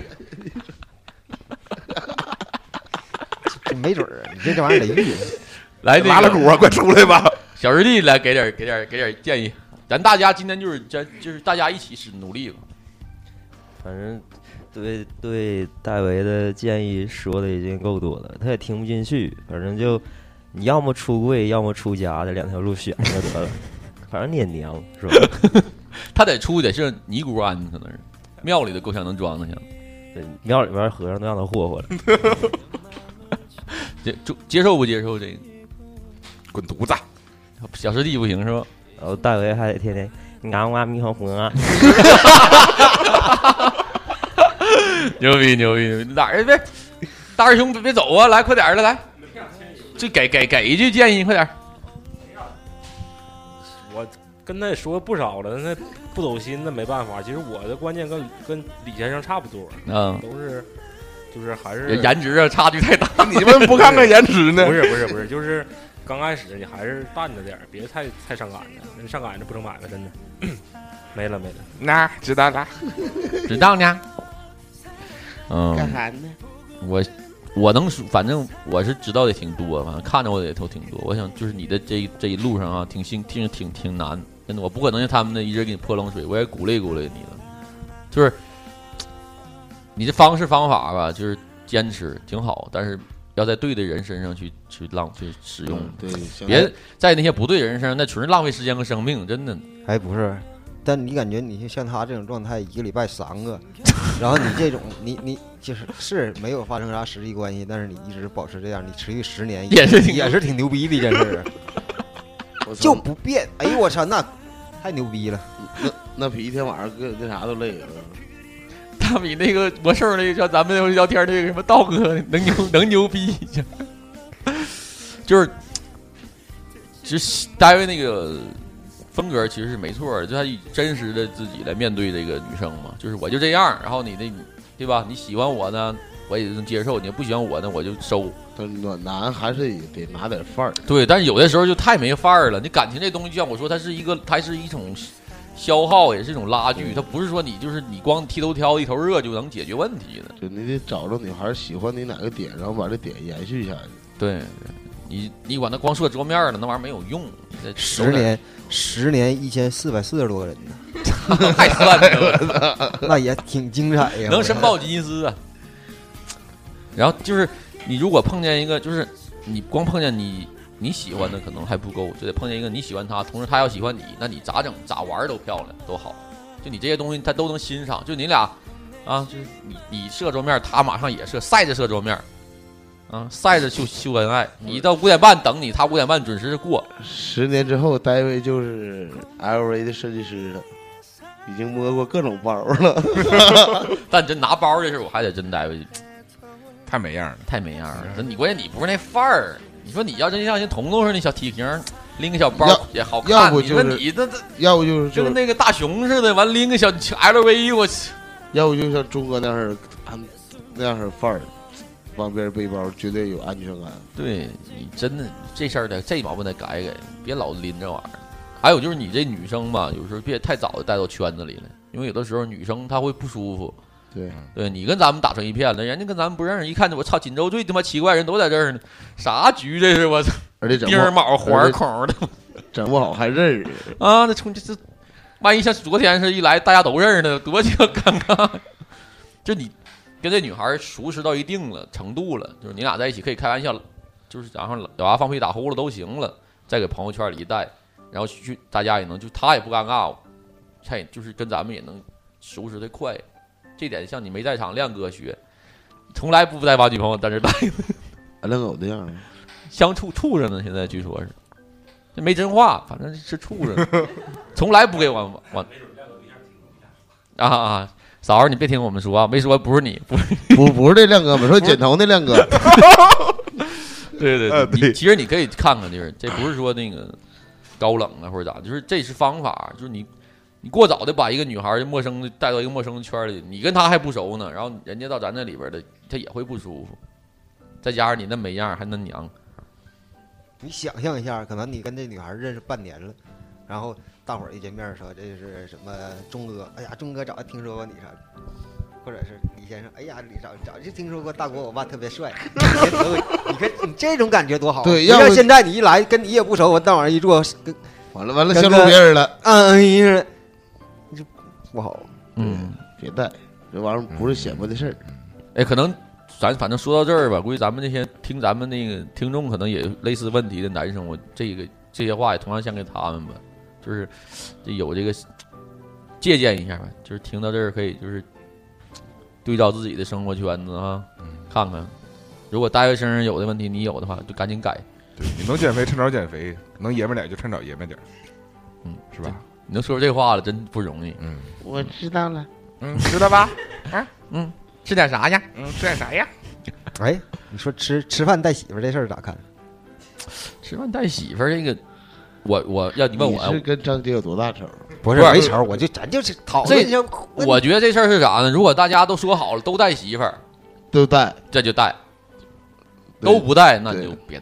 没准儿，你这这玩意儿得遇。 来， 拉拉鼓啊，快出来吧！ 小师弟来给点给点给点建议，咱大家今天就是咱就是大家一起是努力吧。 反正对对戴维的建议说的已经够多了，他也听不进去。反正就你要么出柜，要么出家，这两条路选就得了。反正你也娘是吧？ 他得出得是尼姑庵，可能是庙里的够呛能装得下。 对，庙里边和尚都让他霍霍了。 接接受不接受这个？ 滚犊子！ 小师弟不行是吧？ 然后戴维还得天天你干我米好红啊！ 牛逼牛逼牛逼！哪儿别大师兄别别走啊！来快点的来，这给给给一句建议，快点。 我跟他也说不少了，那不走心那没办法。其实我的观念跟跟李先生差不多， 嗯， 都是就是还是颜值啊差距太大。 你们不看看颜值呢？ 不是不是不是，就是刚开始你还是淡着点儿，别太太上赶着，人上赶着不成买卖，真的。没了没了， 那知道了， 知道呢。嗯， 干啥呢？ 我我能说，反正我是知道的挺多，反正看着我的也都挺多。我想就是你的这这一路上啊，挺辛，挺挺挺难，真的，我不可能像他们那一直给你泼冷水，我也鼓励鼓励你了。就是你的方式方法吧，就是坚持挺好，但是要在对的人身上去去浪去使用， 嗯、对， 别在那些不对的人身上，那纯是浪费时间和生命，真的。 还不是。但你感觉你像他这种状态，一个礼拜三个，然后你这种你你就是是没有发生啥实际关系，但是你一直保持这样，你持续十年也是挺也是挺牛逼的一件事儿，就不变。哎呦我操，那太牛逼了， 那那比一天晚上跟那啥都累了。 他比那个魔兽那个叫咱们聊天那个什么道哥能牛能牛逼一下，就是就是大卫那个。风格其实是没错的，就他以真实的自己来面对这个女生嘛，就是我就这样，然后你那，对吧？你喜欢我呢，我也能接受；你不喜欢我呢，我就收。 暖男还是得拿点范儿。 对，但是有的时候就太没范儿了。你感情这东西，就像我说，它是一个，它是一种消耗，也是一种拉锯。它不是说你就是你光剃头挑一头热就能解决问题的。 就你得找着女孩喜欢你哪个点，然后把这点延续下去。 对。你你管他光说桌面了，那玩意儿没有用。 十年，十年一千四百四十多个人呢，太算了， 那也挺精彩呀， 能申报吉尼斯啊。然后就是你如果碰见一个，就是你光碰见你你喜欢的可能还不够，就得碰见一个你喜欢他，同时他要喜欢你，那你咋整咋玩都漂亮都好。就你这些东西他都能欣赏，就你俩啊，就是你你射桌面，他马上也射，赛着射桌面。啊，赛着秀秀恩爱，你到五点半等你，他五点半准时过。 十年之后，戴维就是 L V 的设计师了，已经摸过各种包了。 但真拿包这事，我还得真戴维， 太没样了， 太没样了。你关键你不是那范儿，你说你要真像人彤彤似的那小体型，拎个小包也好看。 要不就是你这这， 要不就是就跟那个大熊似的，完拎个小 L V， 我去。 要不就像钟哥那样那样式范儿。帮别人背包绝对有安全感。 对你真的这事儿得这毛病得改改，别老拎这玩意儿。还有就是你这女生吧，有时候别太早的带到圈子里了，因为有的时候女生她会不舒服。 对， 对你跟咱们打成一片了，人家跟咱们不认识，一看我操，锦州最他妈奇怪人都在这儿呢，啥局这是我操？ 而且丁儿卯环孔的， 整不好还认识啊！那冲这这，万一像昨天是一来大家都认识呢，多鸡巴尴尬。就你。跟这女孩熟识到一定了程度了，就是你俩在一起可以开玩笑，就是然后咬牙放屁打呼噜都行了，再给朋友圈里一带，然后去大家也能就他也不尴尬，他也就是跟咱们也能熟识的快，这点像你没在场亮哥学，从来不带把女朋友在这带， 亮狗这样， 相处处着呢，现在据说是，这没真话，反正是处着，从来不给我我啊啊。嫂儿，你别听我们说啊，没说不是你，不是不不是这亮哥，我说剪头那亮哥。 对对对， 呃、对你其实你可以看看，就是这不是说那个高冷啊或者咋，就是这是方法，就是你你过早的把一个女孩陌生的带到一个陌生的圈里，你跟她还不熟呢，然后人家到咱这里边的，她也会不舒服，再加上你那没样还那娘。 你想象一下，可能你跟这女孩认识半年了，然后。大伙儿一见面说这是什么钟哥？哎呀，钟哥早就听说过你啥，或者是李先生，哎呀，李早早就听说过大国我爸特别帅。你看你这种感觉多好！ 对， 要现在你一来跟你也不熟，我当晚一坐， 完了完了，相中别人了， 嗯嗯，就不好。 嗯， 别带这玩意儿不是显摆的事儿。 哎，可能咱反正说到这儿吧，估计咱们那些听咱们那个听众可能也类似问题的男生，我这个这些话也同样献给他们吧。就是有这个借鉴一下吧，就是听到这儿可以就是对照自己的生活圈子啊，嗯、看看，如果大学生有的问题你有的话，就赶紧改。 对，你能减肥趁早减肥，能爷们点就趁早爷们点， 嗯， 是吧？ 你能说出这话了，真不容易。 嗯， 我知道了， 嗯，知道吧？ 啊，嗯，吃点啥呀？ 嗯，吃点啥呀？ 哎，你说吃吃饭带媳妇这事儿咋看？ 吃饭带媳妇这个。我我要你问我， 你是跟张杰有多大仇？ 不是没仇，我就咱就是讨论一下。 我觉得这事儿是啥呢？如果大家都说好了，都带媳妇儿， 都带， 这就带；都不带，那就别带。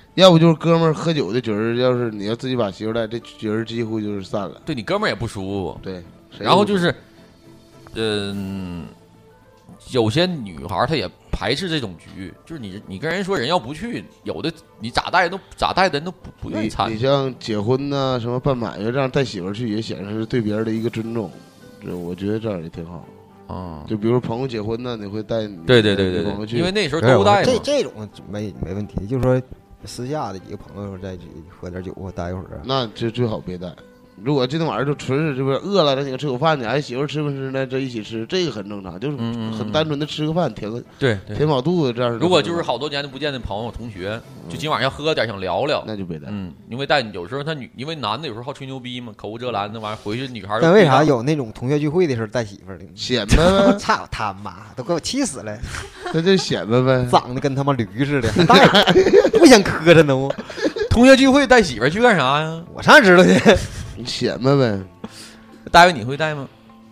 要不就是哥们儿喝酒的局儿，要是你要自己把媳妇带，这局儿几乎就是散了。 对你哥们儿也不舒服。 对， 然后就是，嗯、呃，有些女孩她也排斥这种局，就是你你跟人说人要不去，有的你咋带都咋带的人都不不愿意参。 你像结婚呐、啊，什么办买卖这样带媳妇去，也显示对别人的一个尊重。这我觉得这样也挺好。 啊， 就比如朋友结婚呢，你会带你对对对对对，因为那时候都带嘛。 这这种没没问题，就是说私下的几个朋友在一起喝点酒或待一会儿， 那就最好别带。如果今天晚上就纯是这边饿了，那你吃口饭，你还媳妇吃不吃呢？这一起吃，这个很正常，就是很单纯的吃个饭，填个对填饱肚子这样。 如果就是好多年都不见的朋友、同学，就今晚要喝点，想聊聊， 那就别带。 嗯，因为带有时候他女，因为男的有时候好吹牛逼嘛，口无遮拦那玩意儿，回去女孩。 但为啥有那种同学聚会的时候带媳妇儿的？ 显摆呗！ 操他妈，都给我气死了！ 那就显摆呗， 长得跟他妈驴似的，还带不想磕碜呢？ 同学聚会带媳妇儿去干啥呀？ 我上知道去。 你显摆呗。 大卫，你会带吗？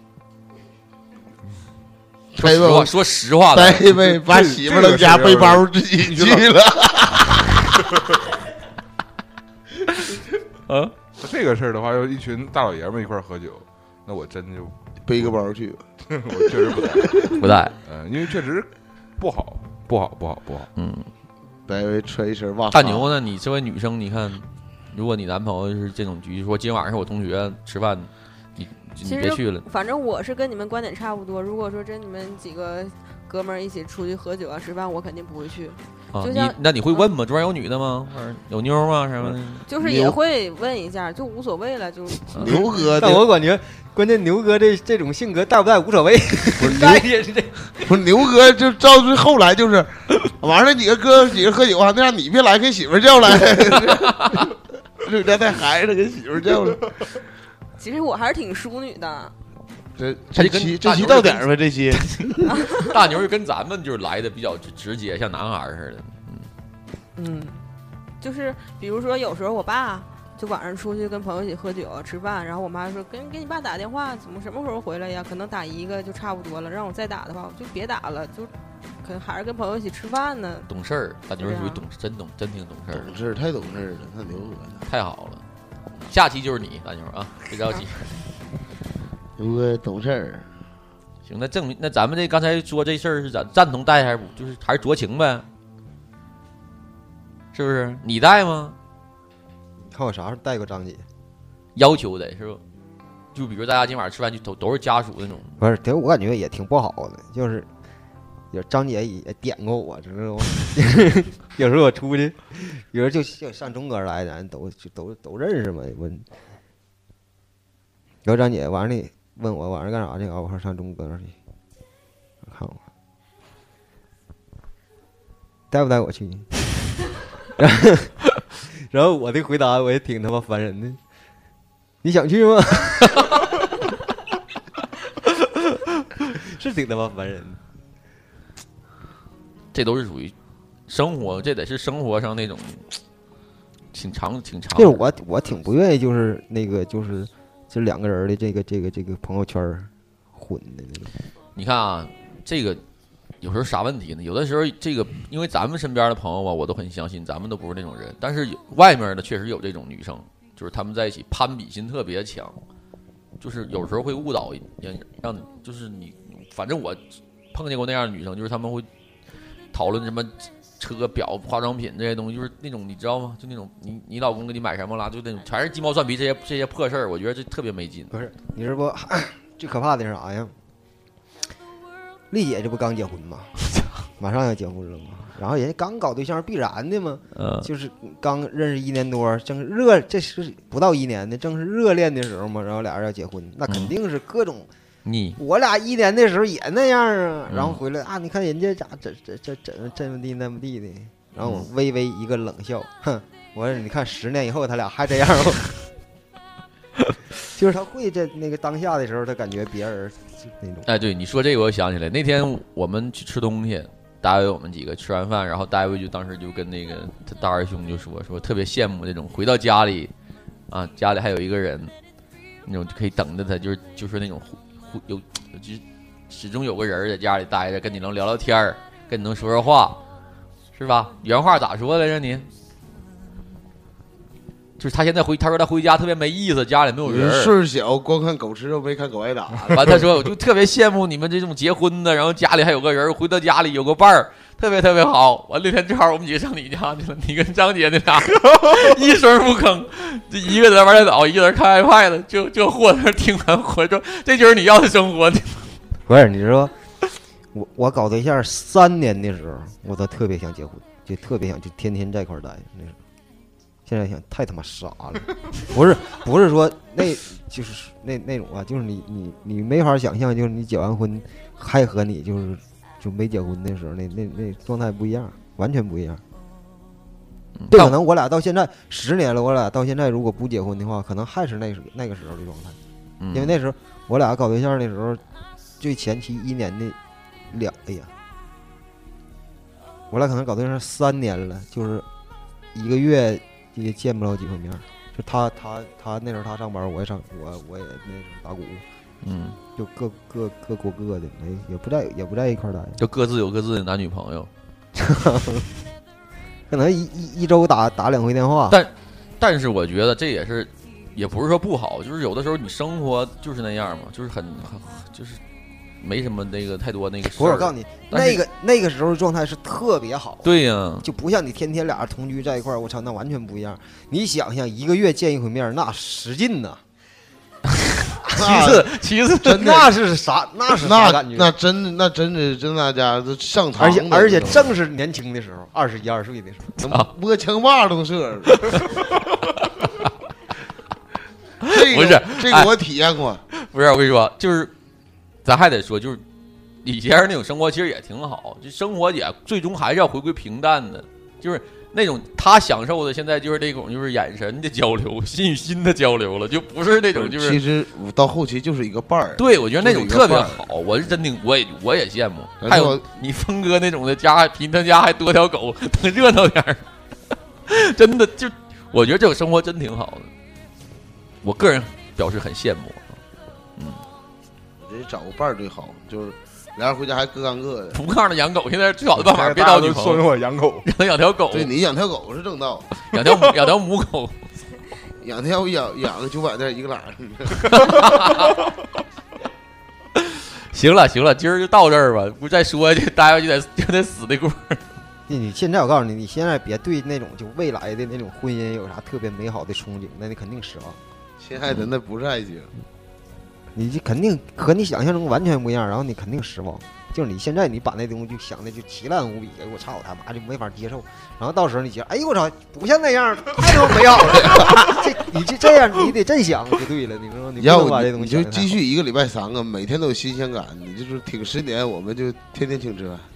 说实话，说实话的，带呗，把媳妇儿家背包自己去了。 啊，这个事儿的话，要一群大老爷们一块儿喝酒，那我真就背个包去吧。 我确实不带， 不带， 嗯，因为确实不好，不好，不好，不好。 嗯， 白薇穿一身袜。 大牛呢？你作为女生，你看，如果你男朋友是这种局，说今晚上我同学吃饭，你你别去了。 反正我是跟你们观点差不多。如果说真你们几个哥们儿一起出去喝酒啊吃饭，我肯定不会去。 啊， 就像你那你会问吗？桌上有女的吗？有妞吗？什么的？ 就是也会问一下，就无所谓了。就牛哥， 但我感觉关键牛哥这这种性格带不带无所谓。 不是牛也是这， 不是牛哥就到最后来就是，完了几个哥几个喝酒啊，那让你别来，给媳妇叫来。这家带孩子给媳妇叫了。 其实我还是挺淑女的。 这这期这期到点儿呗，这期大牛就跟咱们就是来的比较直接，像男孩似的。 嗯嗯，就是比如说有时候我爸就晚上出去跟朋友一起喝酒吃饭，然后我妈说跟给你爸打电话，怎么什么时候回来呀？可能打一个就差不多了，让我再打的话我就别打了，就可能还是跟朋友一起吃饭呢。 懂事儿，大牛属于懂，真懂，真挺懂事儿， 懂事太懂事了，那牛哥太好了。下期就是你，大牛啊，别着急。 牛哥懂事儿， 行，那证明那咱们这刚才说这事儿是赞赞同带还是不？就是还是酌情呗，是不是？你带吗？ 看我啥时候带过张姐？ 要求得是不？就比如大家今晚吃饭就都都是家属那种。 不是，我感觉也挺不好的，就是有张姐也点过我，知道吗？有时候我出去，有时候就就上钟哥来，咱都都都认识嘛。问，有张姐晚上你。问我晚上干啥去啊？我说上钟哥那儿去，看我带不带我去？然后，然后我的回答我也挺他妈烦人的。你想去吗？是挺他妈烦人的。 这都是属于生活，这得是生活上那种挺长挺长。 这我我挺不愿意，就是那个就是。这两个人的这个这个这个朋友圈混的那个， 你看啊，这个有时候啥问题呢？有的时候这个，因为咱们身边的朋友啊，我都很相信，咱们都不是那种人。但是外面的确实有这种女生，就是他们在一起攀比心特别强，就是有时候会误导让让，就是你，反正我碰见过那样的女生，就是他们会讨论什么车表、化妆品这些东西，就是那种你知道吗？就那种你你老公给你买什么啦，就那种全是鸡毛蒜皮这些这些破事儿，我觉得这特别没劲。 不是，你知不？最可怕的是啥呀？丽姐这不刚结婚吗？马上要结婚了吗？然后人家刚搞对象，必然的嘛。 嗯。 就是刚认识一年多，正热，这是不到一年的，正是热恋的时候嘛。然后俩人要结婚，那肯定是各种。 你我俩一年的时候也那样啊，然后回来、嗯、啊，你看人家咋这这这这这么地那么地的，然后我微微一个冷笑，哼，我说你看十年以后他俩还这样吗？就是他会在那个当下的时候，他感觉别人那种。 哎，对你说这个，我想起来那天我们去吃东西，大卫我们几个吃完饭，然后大卫就当时就跟那个他大二兄就说说特别羡慕那种回到家里啊，家里还有一个人，那种就可以等着他，就是就是那种。有就始终有个人在家里待着，跟你能聊聊天儿，跟你能说说话，是吧？原话咋说来着你？ 就是他现在回，他说他回家特别没意思，家里没有人。 岁数小，光看狗吃肉，没看狗挨打。 完，他说我就特别羡慕你们这种结婚的，然后家里还有个人，回到家里有个伴儿，特别特别好。完那天正好我们几个上你家去了，你跟张姐那俩一声不吭，就一个在玩电脑，一个在看 iPad， 就就或者听完活说这就是你要的生活。 不是你说，我我搞对象三年的时候，我都特别想结婚，就特别想就天天在一块儿待那时候。现在想太他妈傻了，不是不是说那就是那那种啊，就是你你你没法想象，就是你结完婚还和你就是就没结婚的时候那那那状态不一样，完全不一样。这可能我俩到现在十年了，我俩到现在如果不结婚的话，可能还是那时那个时候的状态，因为那时候我俩搞对象的时候，最前期一年的两哎呀，我俩可能搞对象三年了，就是一个月。也见不了几回面，就他他他那时候他上班，我也上我我也那时候打鼓， 嗯， 就各各各过各的，没也不在也不在一块待， 就各自有各自的男女朋友， 可能一一一周打打两回电话。 但但是我觉得这也是也不是说不好，就是有的时候你生活就是那样嘛，就是很很就是。没什么那个太多那个事儿。 不是，我告诉你，那个那个时候的状态是特别好。 对呀、啊， 就不像你天天俩人同居在一块儿，我操，那完全不一样。你想想，一个月见一回面，那使劲呐。 其次，其次， 真的那是啥？那是啥感觉？ 那真的，那真的，真大家都上堂。 而且而且正是年轻的时候，二十一二岁的时候， 啊，摸枪把都射。这个不是这个我体验过。 不是，我跟你说，就是。咱还得说，就是以前那种生活其实也挺好，就生活也最终还是要回归平淡的，就是那种他享受的，现在就是那种就是眼神的交流，心与心的交流了，就不是那种就是。 其实到后期就是一个伴儿。 对，我觉得那种特别好，我是真的，我也我也羡慕。还有你峰哥那种的家，比他家还多条狗，能热闹点儿，真的就我觉得这种生活真挺好的，我个人表示很羡慕。嗯。 人找个伴儿最好，就是俩人回家还各干各的。 不炕的养狗，现在最好的办法，别找女朋友， 说我养狗， 让他养条狗。 对你养条狗是正道， 养条养条母狗， 养条养养个九百袋一个懒。 行了行了，今儿就到这儿吧，不再说下去，大家就得就得死的故事。 你现在我告诉你，你现在别对那种就未来的那种婚姻有啥特别美好的憧憬，那你肯定失望。 亲爱的，那不是爱情。 你就肯定和你想象中完全不一样，然后你肯定失望。就是你现在你把那东西就想的就奇烂无比，哎我操他妈就没法接受。然后到时候你觉得，哎呦我操，不像那样，太他妈美好了。这你就这样，你得真想就对了。你说你不能把这东西你就继续一个礼拜三个，每天都有新鲜感。你就是挺十年，我们就天天请吃饭。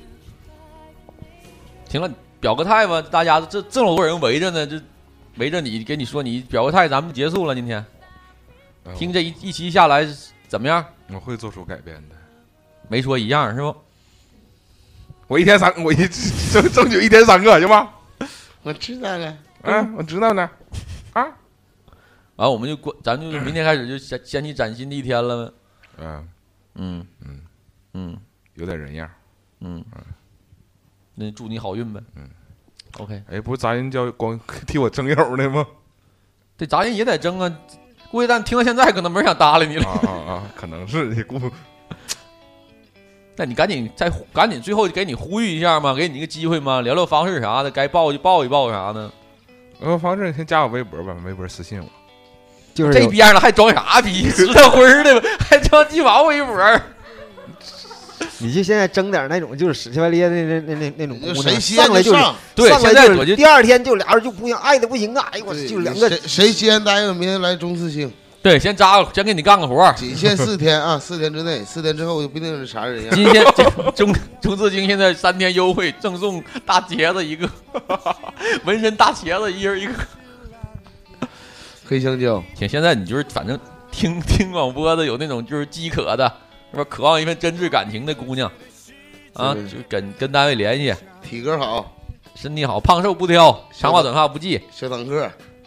行了，表个态吧，大家这这么多人围着呢，这围着你跟你说，你表个态，咱们结束了今天。听这一一期下来怎么样？ 我会做出改变的。 没说一样是不？ 我一天三，我一争争取一天三个行吗？ 我知道了， 啊，我知道呢，啊。 完、啊，我们就过，咱就明天开始就掀掀起崭新的一天了呗。 嗯嗯嗯嗯， 有点人样。 嗯嗯，那祝你好运呗。 嗯 ，OK。 哎，不是杂音叫光替我征友的吗？ 这杂音也得争啊。估计但听到现在可能没人想搭理你了。 啊啊啊！可能是估。 那你赶紧再赶紧最后给你呼吁一下嘛，给你一个机会嘛，聊聊方式啥的，该报就报一报啥的。 呃，方式先加我微博吧，微博私信我。 就是这边了还装啥逼？石头灰的，还装鸡毛微博。 你就现在争点那种就是死乞白咧的那那那那种姑娘， 上来就是对， 现在我就第二天就俩人就不行，爱的不行啊！哎呦我就两个谁先答应明天来中四星？ 对，先扎个，先给你干个活， 仅限四天啊，四天之内，四天之后就不一定是啥人样。 今天中中四星现在三天优惠，赠送大茄子一个，纹身大茄子一人一个， 黑香蕉。 行，现在你就是反正听听广播的有那种就是饥渴的。是吧？渴望一份真挚感情的姑娘，啊，就跟跟单位联系。 体格好， 身体好，胖瘦不挑，长话短话不记。 小坦克，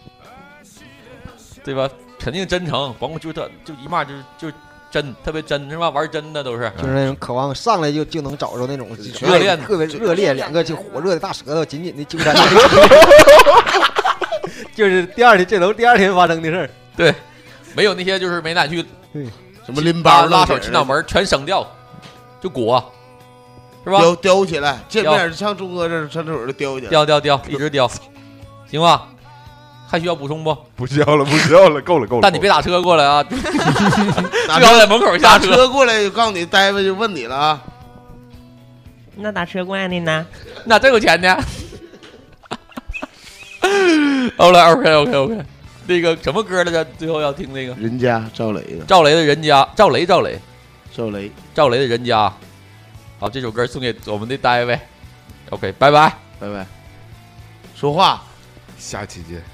对吧？肯定真诚，甭管就他就一码就是就是真，特别真是吧？玩真的都是， 就是那种渴望上来就就能找着那种热恋， 特别热烈，两个就火热的大舌头紧紧的纠缠在就是第二天，这都是第二天发生的事儿。 对，没有那些就是没敢去， 对， 什么拎包拉手、气脑门全省掉，就裹，是吧？ 叼叼起来，见面上朱哥这上这会儿就叼起来， 叼叼叼，一直叼，行吧？还需要补充不？ 不需要了，不需要了，够了够了。 但你别打车过来啊！最打好在门口下打车过来，告诉你，待会就问你了啊。 那打车过来的呢？ 那真有钱呢？好了 ，OK OK OK， 那个什么歌来着？最后要听那个人家赵雷的， 赵雷的人家，赵雷赵雷赵雷赵雷的人家。好，这首歌送给我们的大卫。OK， 拜拜拜拜。说话， 下期见。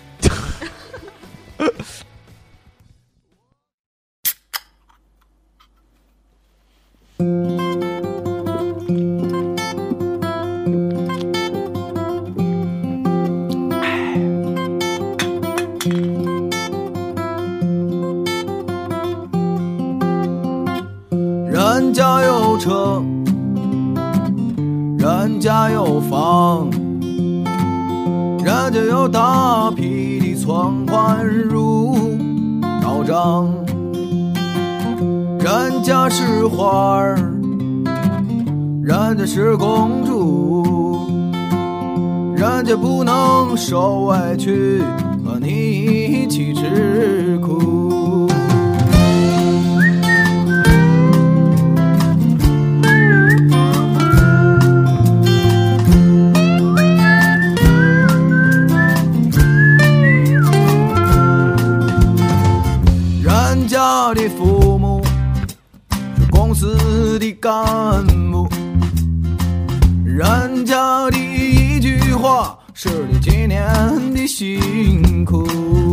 人家有车，人家有房，人家有大批的存款如道长，人家是花儿，人家是公主，人家不能受委屈，和你一起吃苦。人家的父母是公司的干部，人家的一句话是你几年的辛苦。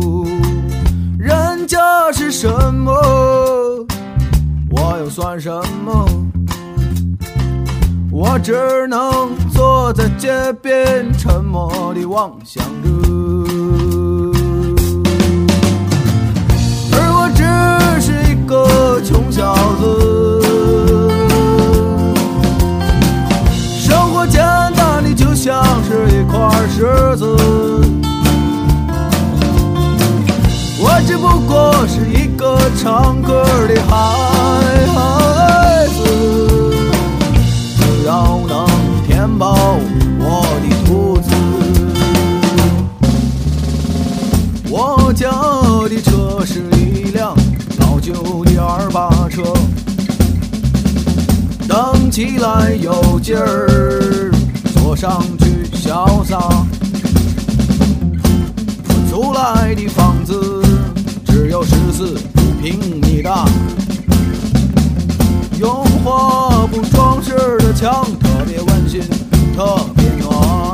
人家是什么，我又算什么？我只能坐在街边沉默地妄想着，而我只是一个穷小子，生活简单的就像是一块石子，我只不过是一个唱歌的孩子，只要能填饱我的肚子。我家的车是一辆老旧的二八车，蹬起来有劲儿，坐上去潇洒。我租来的房子只有十四五平米大，用花布装饰的墙特别温馨，特别暖。